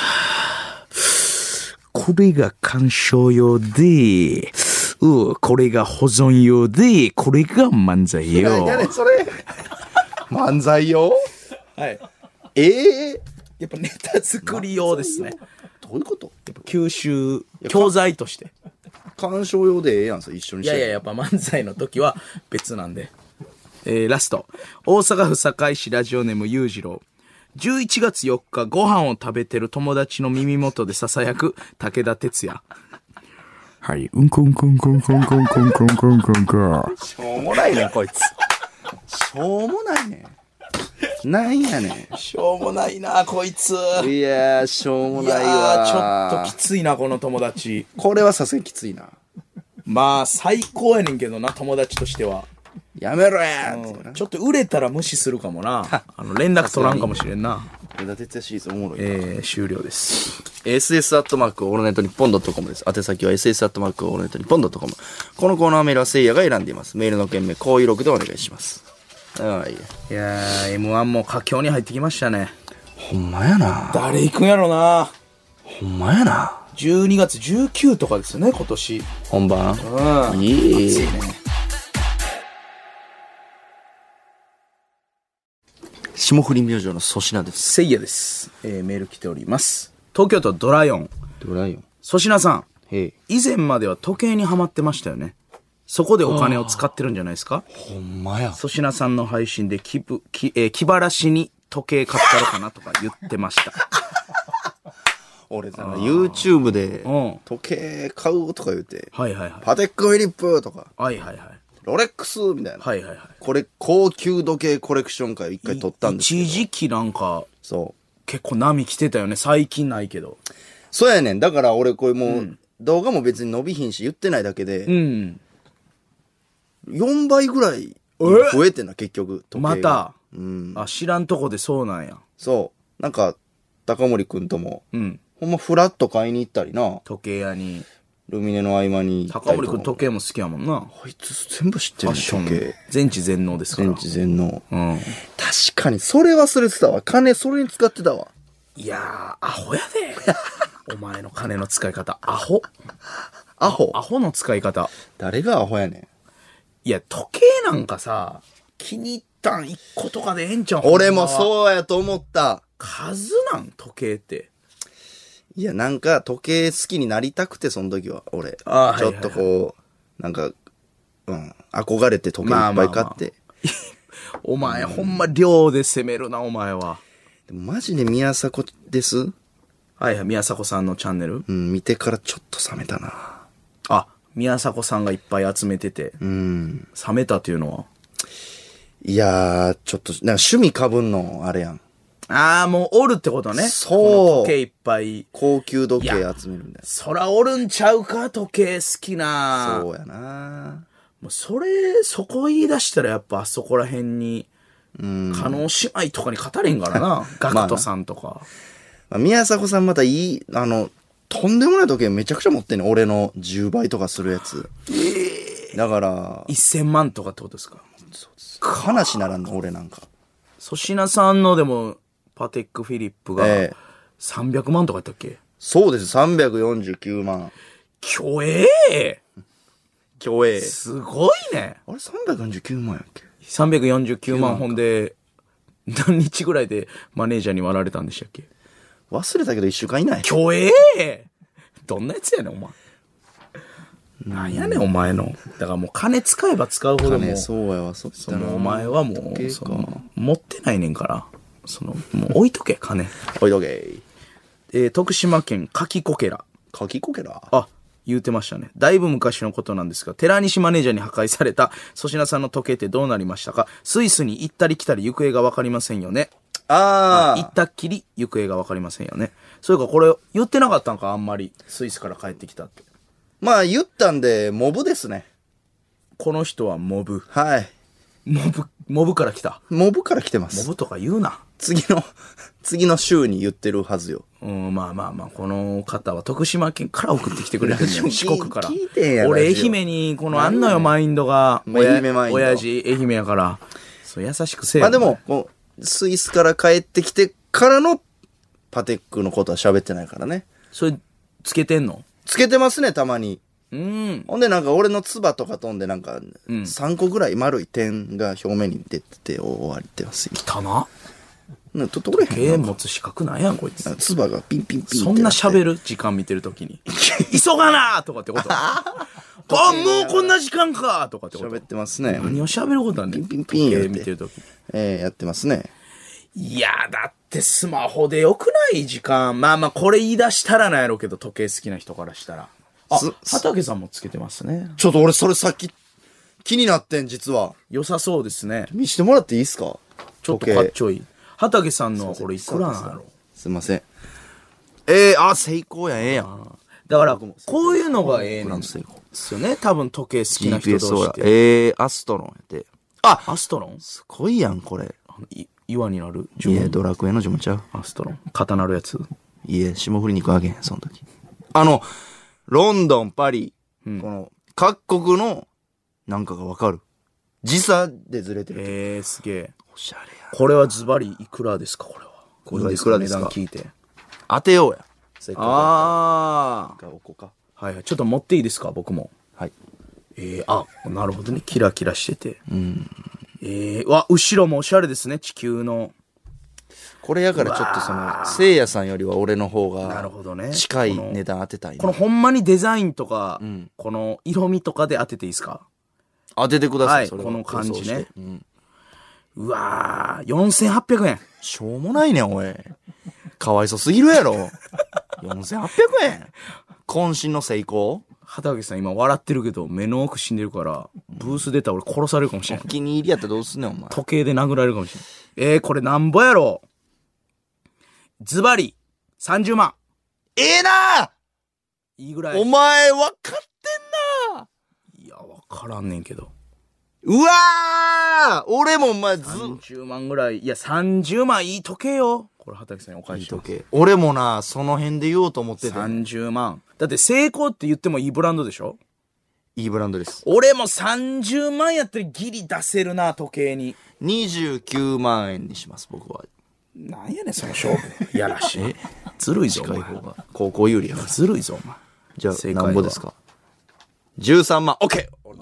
これが鑑賞用で、うこれが保存用で、これが漫才用。 やねそれ。漫才用はい。 ええー、 やっぱネタ作り用ですね。 どういうこと？ やっぱ吸収、教材として。 鑑賞用でええやんさ、一緒にして。 いやいや、やっぱ漫才の時は別なんで。えー、ラスト。大阪府堺市ラジオネーム裕次郎。じゅういちがつよっか、ご飯を食べてる友達の耳元で囁く武田鉄矢。はい、うんこんこんこんこんこんこんこんこんこんこん。 しょうもないねん、こいつ。しょうもないねん。なんやねん。しょうもないな、こいつ。 いやー、しょうもないわ。いやー、ちょっときついな、この友達。 これはさすがにきついな。 まあ、最高やねんけどな、友達としては。 やめろやー、 うん、ちょっと売れたら無視するかもな。あの、連絡取らんかもしれんな。 武田鉄矢シリーズおもろいな。 えー、終了です。 エスエス アットマークオールナイトニッポンドットコムです。宛先は エスエス アットマークオールナイトニッポンドットコム。このコーナーメールはせいやが選んでいます。メールの件名、こういう録でお願いします。はい。 いやー、エムワン も佳境に入ってきましたね。 ほんまやな。 誰行くんやろな。 ほんまやな。 じゅうにがつじゅうくにちとかですよね、今年。 本番。 うん。 いい。 暑いね。 霜降り明星の粗品です。 せいやです。えー、メール来ております。東京都ドラヨン。 ドラヨン。 粗品さん。 へい。 以前までは時計にハマってましたよね。そこでお金を使ってるんじゃないですか？ ほんまや。 粗品さんの配信で気ぶ、気、えー、気晴らしに時計買ったのかなとか言ってました。 俺さ、YouTube で時計買うとか言うて、 はいはいはい。 パテックフィリップとか、 はいはいはい。 ロレックスみたいな。 はいはいはい。 これ、高級時計コレクション会を一回撮ったんですけど。 一時期なんか、 そう。 結構波来てたよね。最近ないけど。 そうやねん。だから俺これもう、うん、動画も別に伸びひんし言ってないだけで、うん。よんばいぐらい増えてんな、結局。 時計また。 うん。 あ、知らんとこでそうなんや。 そう。なんか、高森くんとも、うん。ほんまフラッと買いに行ったりな。 時計屋に。 ルミネの合間に。 高森くん時計も好きやもんな。 あいつ全部知ってるね、時計。 全知全能ですから。 全知全能。 うん。 確かに、それ忘れてたわ。金それに使ってたわ。 いやー、アホやで。お前の金の使い方、アホ。 アホアホの使い方。 誰がアホやねん。 いや、時計なんかさ、気に入っ旦いっことかでええんちゃう？ 俺もそうやと思った。 数なん時計って。 いや、なんか時計好きになりたくて、その時は、俺。 あちょっとこう、はいはいはい、なんか、うん、憧れて時計いっぱい買って。まあまあまあお前、うん、ほんま量で攻めるな、お前は。 でもマジで宮迫です？ はいはい、宮迫さんのチャンネル？ うん、見てからちょっと冷めたな。 あ、宮迫さんがいっぱい集めてて。 うん。 冷めたっていうのは？ いやー、ちょっと、なんか趣味かぶんの、あれやん。 あー、もうおるってことね。 そう。 時計いっぱい。 高級時計集めるんだよ。 そらおるんちゃうか、時計好きな。 そうやな。 もうそれ、そこ言い出したらやっぱあそこら辺に、うん。加納姉妹とかに語れんからな。ガクトさんとか。 まあ、宮迫さんまたいい、あの、とんでもない時計めちゃくちゃ持ってんねん。俺のじゅうばいとかするやつ。ええー。だから。 せんまんとかってことですか？ そうです。話ならんの、俺なんか。 粗品さんのでも、パテックフィリップが、さんびゃくまんとかやったっけ？えー、 そうです。さんびゃくよんじゅうきゅうまん。 虚栄虚栄。 すごいね。 あれさんびゃくよんじゅうきゅうまんやっけ？ さんびゃくよんじゅうきゅうまんほんで、何日ぐらいでマネージャーに割られたんでしたっけ？ 忘れたけどいっしゅうかん以内。 虚栄どんなやつやねん、お前。なんやねん、お前の。だからもう金使えば使うほども。 金、そうやわ、そっそのお前はもう、その、持ってないねんから。その、もう置いとけ、金。 置いとけ。 えー、徳島県柿こけら。 柿こけら？ あ、言うてましたね。だいぶ昔のことなんですが、寺西マネージャーに破壊された粗品さんの時計ってどうなりましたか？スイスに行ったり来たり行方がわかりませんよね。 ああ。 行ったっきり行方がわかりませんよね。それかこれ言ってなかったんか、あんまり。スイスから帰ってきたって。 まあ言ったんで、モブですね。 この人はモブ。 はい。 モブ、モブから来た。 モブから来てます。 モブとか言うな。 次の、次の週に言ってるはずよ。 うん、まあまあまあ、この方は徳島県から送ってきてくれるん四国から。 聞いてんやろ。 俺、愛媛に、このあんのよ、マインドが。 愛媛マインド。 親父、愛媛やから。そう、優しくせえ。 まあでも、こう、スイスから帰ってきてからのパテックのことは喋ってないからね。 それ、つけてんの？ つけてますね、たまに。 うん。 ほんでなんか俺の唾とか飛んでなんか、さんこぐらい丸い点が表面に出て終わってます。 汚な。 ね、と取れへん。 時計持つ資格なんやん、こいつ。 唾がピンピンピン。 そんな喋る時間見てるときに。急がなーとかってことあ、もうこんな時間かーとかってこと喋ってますね。 何を喋ることなんだよ。 ピンピンピン。 時計見てるとき。 ええー、やってますね。 いや、だってスマホでよくない時間。まあまあ、これ言い出したらなんやろうけど、時計好きな人からしたら。あ、畑さんもつけてますね。 ちょっと俺それさっき気になってん、実は。 良さそうですね。 見してもらっていいですか？ ちょっとかっちょいい。畑さんのこれいくらなんやろ？ すいません。ええー、あ、成功や、ええやん。 だから、こういうのがええんですよね。多分時計好きな人同士って。 ええー、アストロンやって。 あ、アストロンすごいやん、これ。 い岩になるいえ、ドラクエの呪文ちゃう。 アストロン。刀なるやつ。 いえ、霜降り肉あげへん、その時。あの、ロンドン、パリ、うん、この、各国の、なんかがわかる。時差でずれてる。 えー、すげえ。 おしゃれや。 これはズバリいくらですか、これは。 これはいくらですか？ 値段聞いて。 当てようや。 せっかくああ。置こうか。 はいはい。ちょっと持っていいですか、僕も。 はい。 えー、あ、なるほどね。キラキラしてて。 うん。 えー、わ、後ろもおしゃれですね、地球の。 これやからちょっとその、せいやさんよりは俺の方が、 なるほどね。 近い値段当てたい。 このほんまにデザインとか、うん、この色味とかで当てていいですか？ 当ててください、 はい、それこの感じね。うん、うわー、よんせんはっぴゃくえん。 しょうもないねん、おい。かわいそすぎるやろ。よんせんはっぴゃくえん。渾身の成功？ 畑さん今笑ってるけど、目の奥死んでるから、ブース出たら俺殺されるかもしれない。 お気に入りやったらどうすんねん、お前。 時計で殴られるかもしれない。えー、これなんぼやろ？ズバリ、さんじゅうまん。 ええな！ いいぐらい。 お前、わかってんな！ いや、わからんねんけど。 うわー！俺もお前ず、 さんじゅうまんぐらい。いや、さんじゅうまんいい時計よ。これ、畑さんにお返しします。 いい時計。俺もな、その辺で言おうと思ってて。 さんじゅうまん。だって、成功って言ってもいいブランドでしょ？ いいブランドです。 俺もさんじゅうまんやったらギリ出せるな、時計に。 にじゅうきゅうまんえんにします、僕は。 なんやねん、その勝負。やらしい。ずるいぞ、お前。 近い方が。高校有利やから。 ずるいぞ、お前。 じゃあ、なんぼですか？じゅうさんまん。オッケー！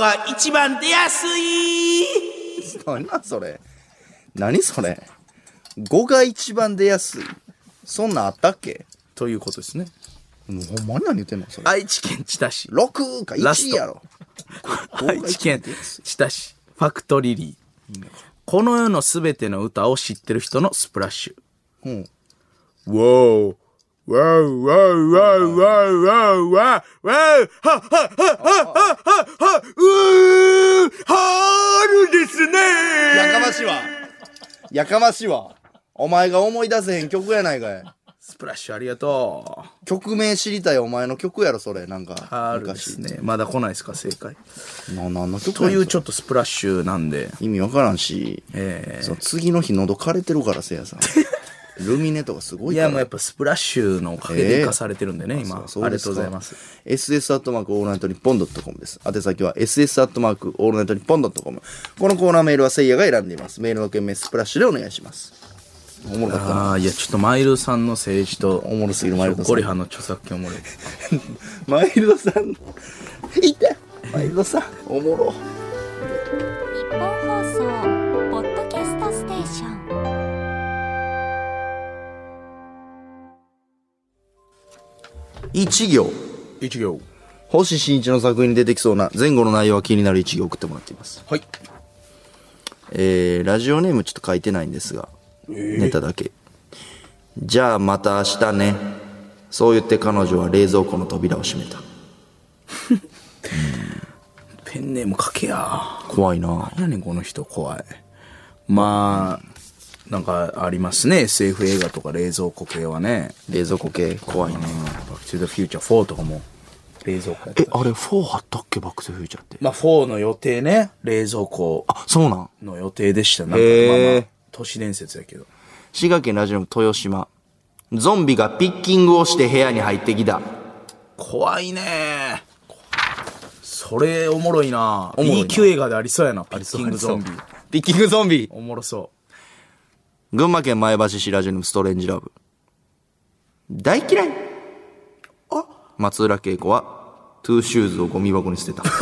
が一番出やすい。 何なんそれ。何それ。ごが一番出やすい。そんなんあったっけ？ ということですね。 もうほんまに何言ってんのそれ。 愛知県知多市。 ろくかいちやろ。 愛知県知多市。ファクトリリー。この世のすべての歌を知ってる人のスプラッシュ。 うん。 ウォー。わーわーわーわーわーわーわーははははははうー春ですねー。 やかましいわ。やかましいわ。お前が思い出せへん曲やないかい。 スプラッシュありがとう。 曲名知りたいお前の曲やろそれ。なんか春ですね。まだ来ないですか正解。 な、なんの曲というちょっとスプラッシュなんで。 意味わからんし、 えー、 その次の日喉枯れてるからせいやさん。ルミネとかすごいから。 いやもうやっぱスプラッシュのおかげで生かされてるんでね、えー、今。ありがとうございます。 エスエス アットマークオールナイトニッポンドットコムです。宛先は エスエス アットマークオールナイトニッポンドットコム。このコーナーメールはせいやが選んでいます。メールの件名スプラッシュでお願いします。おもろかったな。 ああ、いやちょっとマイルさんの政治と、 おもろすぎるマイルドさん。 ゴリハの著作権おもろい。 マイルドさん、いたマイルドさん、おもろ。 日本放送、ポッドキャストステーション。 一行。 一行。 星新一の作品に出てきそうな前後の内容は気になる一行を送ってもらっています。 はい。 えー、ラジオネームちょっと書いてないんですが、えー、ネタだけ。じゃあまた明日ね。そう言って彼女は冷蔵庫の扉を閉めた。 うん、ペンネーム書けや。 怖いな。 何やねんこの人怖い。まあ、なんかありますね。エスエフ 映画とか冷蔵庫系はね。 冷蔵庫系怖いね。 バックトゥザフューチャーフォーとかも冷蔵庫やった。 え、あれフォーあったっけバックトゥフューチャーって。 まあフォーの予定ね。冷蔵庫。 あ、そうなんの予定でした。なんかまあまあ、都市伝説やけど。 滋賀県ラジオネーム豊島。ゾンビがピッキングをして部屋に入ってきた。 怖いね。それおもろいな。B 級映画でありそうやな。ピッキングゾンビ。 ピッキングゾンビ。 おもろそう。 群馬県前橋市ラジオネームストレンジラブ。大嫌い。あ、松浦恵子はトゥーシューズをゴミ箱に捨てた。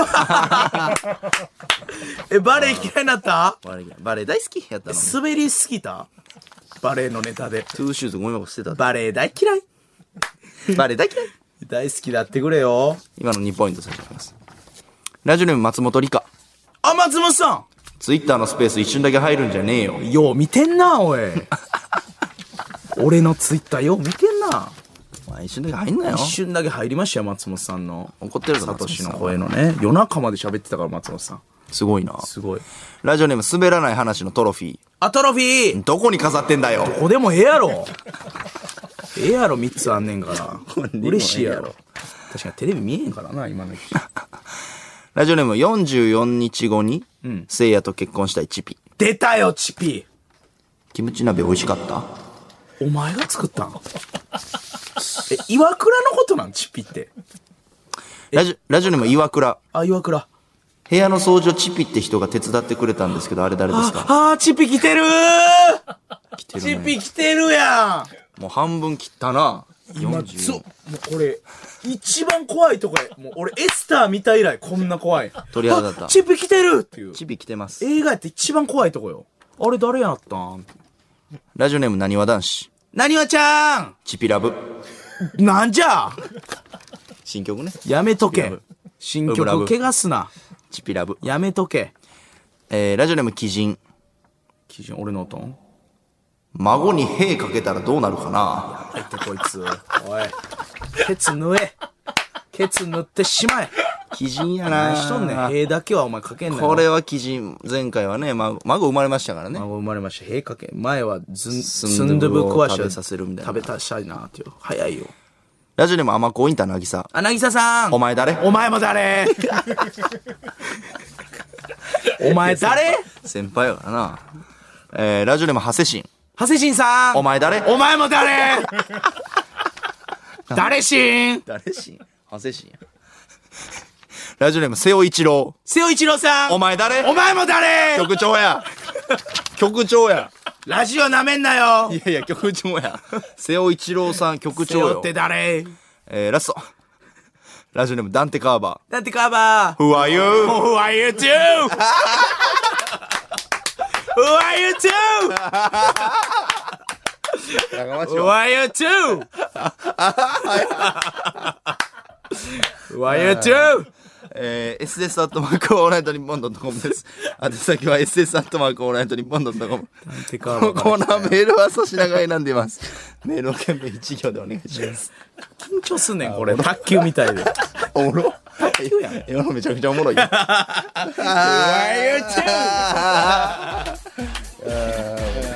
え、バレエ嫌いになった？ バレエ、バレエ大好きやったの。 滑りすぎた？バレエのネタで。 トゥーシューズゴミ箱捨てた。 バレエ大嫌い。 バレエ大嫌い。 大好きだってくれよ。 今のにポイント差し上げます。ラジオネーム松本里香。 あ、松本さん。 ツイッターのスペース一瞬だけ入るんじゃねえよ。 よう見てんな、おい。俺のツイッターよう見てんな。 まあ、一瞬だけ入んなよ。 一瞬だけ入りましたよ、松本さんの。 怒ってるぞ、 サトシの声のね。夜中まで喋ってたから、松本さん。 すごいな。 すごい。 ラジオネーム滑らない話のトロフィー。 あ、トロフィー。 どこに飾ってんだよ。 どこでもええやろ。ええやろ、三つあんねんから。嬉しいやろ。確かにテレビ見えへんからな、今の日。 ラジオネームよんじゅうよっかごに、うん、せいやと結婚したいチピ。 出たよ、チピ。 キムチ鍋美味しかった？ お前が作ったん？え、岩倉のことなん、チピって。 ラジ、ラジオネーム岩倉。 あ、岩倉。 部屋の掃除をチピって人が手伝ってくれたんですけど、あれ誰ですか？ ああ、チピ来てるー来てる、ね、チピ来てるやん。もう半分切ったな。 今、そう、もうこれ、一番怖いとこや。もう俺、エスター見た以来、こんな怖い。 鳥肌だった。 チピ来てるっていう。 チピ来てます。 映画やって一番怖いとこよ。あれ誰やったん？ ラジオネームなにわ男子。 なにわちゃんチピラブ。 なんじゃ新曲ね。 やめとけ。新曲、怪我すな。 チピラブ。 やめとけ。 えー、ラジオネームキジン。 キジン、俺の音ん？ 孫に兵かけたらどうなるかな？ やばいってこいつ。おい。ケツ縫え。ケツ縫ってしまえ。 鬼人やな。 何しとんねん。へだけはお前かけんなよ。 これは鬼人。前回はね、孫、孫生まれましたからね。 孫生まれました。へかけ。前はずん、 ススンドゥブ食わし食べさせるみたいな。 食べたしたいなっていう。早いよ。 ラジオでも甘子インターなぎさ。 あ、なぎささん。 お前誰？ お前も誰お前誰？ 先輩やからな。えー、ラジオでもハセシン。 ハセシンさん。 お前誰？ お前も誰誰しん？ 誰しん？ハセシンや。ラジオネーム瀬尾一郎。 瀬尾一郎さん。 お前誰？ お前も誰？ 局長や。局長や。 ラジオなめんなよ。 いやいや、局長や。瀬尾一郎さん、局長よ。 瀬尾って誰？ えー、ラスト。ラジオネームダンテカーバー。ダンテカーバー。 Who are you? Who are you too? Who are you too? Who are you too? Who are you too? えー、エスエス アットマークオールナイトニッポンドットコムです。宛先は エスエス アットマークオールナイトニッポンドットコム。このコーナーメールは粗品が選んでいます。メールの件名一行でお願いします。 緊張すんねん、これ。卓球みたいで。 おもろ。卓球やん。今のめちゃくちゃおもろい。Who are you too?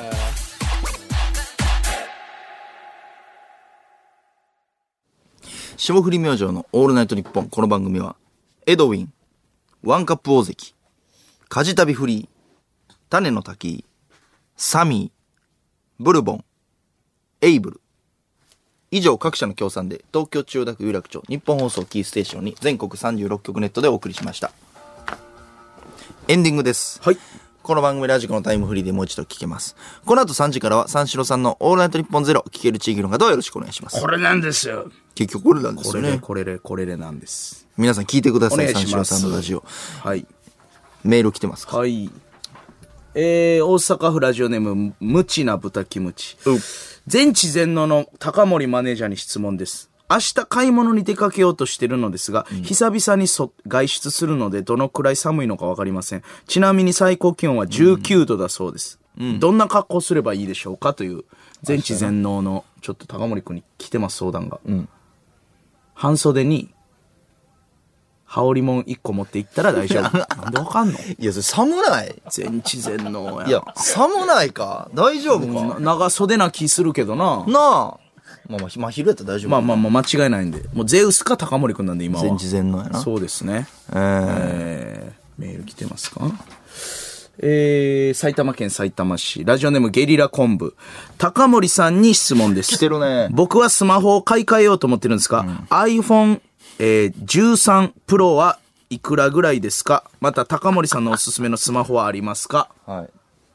霜降り明星のオールナイトニッポン。この番組は、エドウィン、ワンカップ大関、カジタビフリー、種の滝、サミー、ブルボン、エイブル。以上各社の協賛で東京千代田区有楽町日本放送キーステーションに全国さんじゅうろっきょくネットでお送りしました。エンディングです。 はい。 この番組ラジコのタイムフリーでもう一度聞けます。この後さんじからは三四郎さんのオールナイトニッポンゼロ聞ける地域の方はよろしくお願いします。 これなんですよ。 結局これなんですよね。 これで、これで、これでなんです。 皆さん聞いてください。 お願いします。 三四郎さんのラジオ。 はい。 メール来てますか？ はい。えー、大阪府ラジオネーム、無知な豚キムチ。全知全能の高森マネージャーに質問です。明日買い物に出かけようとしてるのですが、うん、久々にそ外出するのでどのくらい寒いのかわかりません。ちなみに最高気温はじゅうきゅうどだそうです。うん、どんな格好すればいいでしょうかという全知全能のちょっと高森くんに来てます相談が。うん、半袖に羽織もんいっこ持っていったら大丈夫。なんでわかんの？ いや、それ寒ない？ 全知全能や。 いや、寒ないか大丈夫か、 うん、長袖な気するけどな。 なあ。まあまあ、真昼やったら大丈夫。 まあまあまあ、間違いないんで。もうゼウスか高森くんなんで今は。 全知全能やな。 そうですね。 えー、 えー、メール来てますか？えー、埼玉県埼玉市、ラジオネームゲリラ昆布。高森さんに質問です。 来てるね。 僕はスマホを買い替えようと思ってるんですが、うん、iPhone、えー、じゅうさん Pro はいくらぐらいですか？また高森さんのおすすめのスマホはありますか？ はい。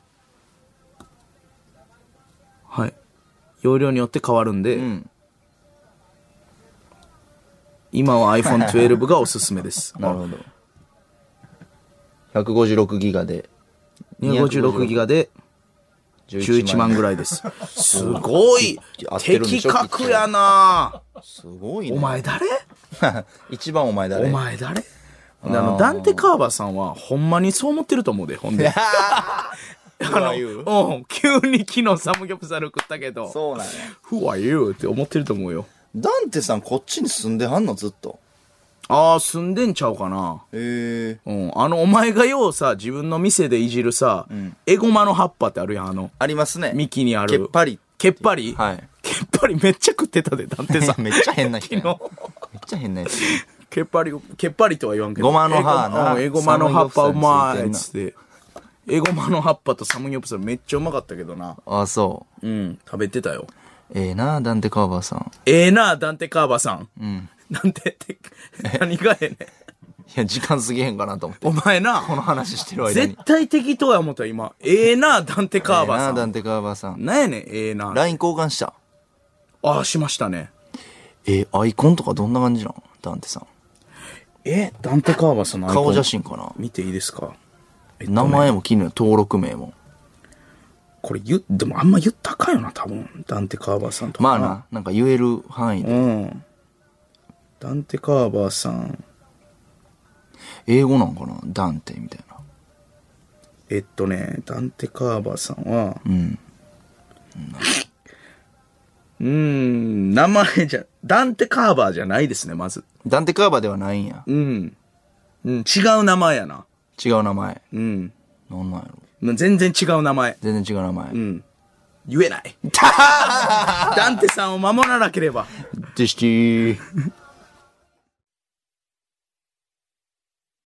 はい。容量によって変わるんで、うん、今は アイフォンじゅうに がおすすめです。 なるほど。ひゃくごじゅうろくギガで。 にひゃくごじゅうろくギガでじゅういちまんぐらいです。すごい的確やな。 すごいね。 お前誰？ 一番お前誰？ お前誰？あの、ダンテカーバーさんはほんまにそう思ってると思うで、ほんで。あの、うん、急に昨日サムギョプサル食ったけど、 そうなんや。 Who are you? って思ってると思うよ。 ダンテさんこっちに住んではんのずっと。 ああ、住んでんちゃうかな。 へえ。 うん。あの、お前がようさ、自分の店でいじるさ、うん、エゴマの葉っぱってあるやん、あの。 ありますね。 幹にある。 けっぱり。 けっぱり？ はい。 けっぱりめっちゃ食ってたで、ダンテさん。 めっちゃ変な人や。めっちゃ変なやつ。 けっぱり、けっぱりとは言わんけど。 ごまの葉な。 エゴマの葉っぱうまいっつって。エゴマの葉っぱとサムギョプサルめっちゃうまかったけどな。 ああ、そう。 うん、食べてたよ。 ええな、ダンテカーバーさん。 ええな、ダンテカーバーさん。 うん。 なんてって、何がええねん。 いや、時間過ぎへんかなと思って。 お前な、 この話してる間に。 絶対適当や思った今。ええな、ダンテカーバーさん。 ええな、ダンテカーバーさん。 なんやねん、ええな。 ライン 交換した。 ああ、しましたね。 え、アイコンとかどんな感じなのダンテさん。 え、ダンテカーバーさんのアイコン。 顔写真かな見ていいですか？ えっとね、名前も気になる、登録名も。 これ言、でもあんま言ったかよな、多分。ダンテカーバーさんとか。 まあな、なんか言える範囲で。 うん。ダンテカーバーさん。 英語なんかなダンテみたいな。 えっとね、ダンテカーバーさんは、 うん。 うーん、名前じゃ、ダンテカーバーじゃないですね、まず。 ダンテカーバーではないんや。 うん。 うん、違う名前やな。 違う名前。 うん。 なんなんやろ。 全然違う名前。 全然違う名前。 うん。言えない。ダンテさんを守らなければ。 でしてー。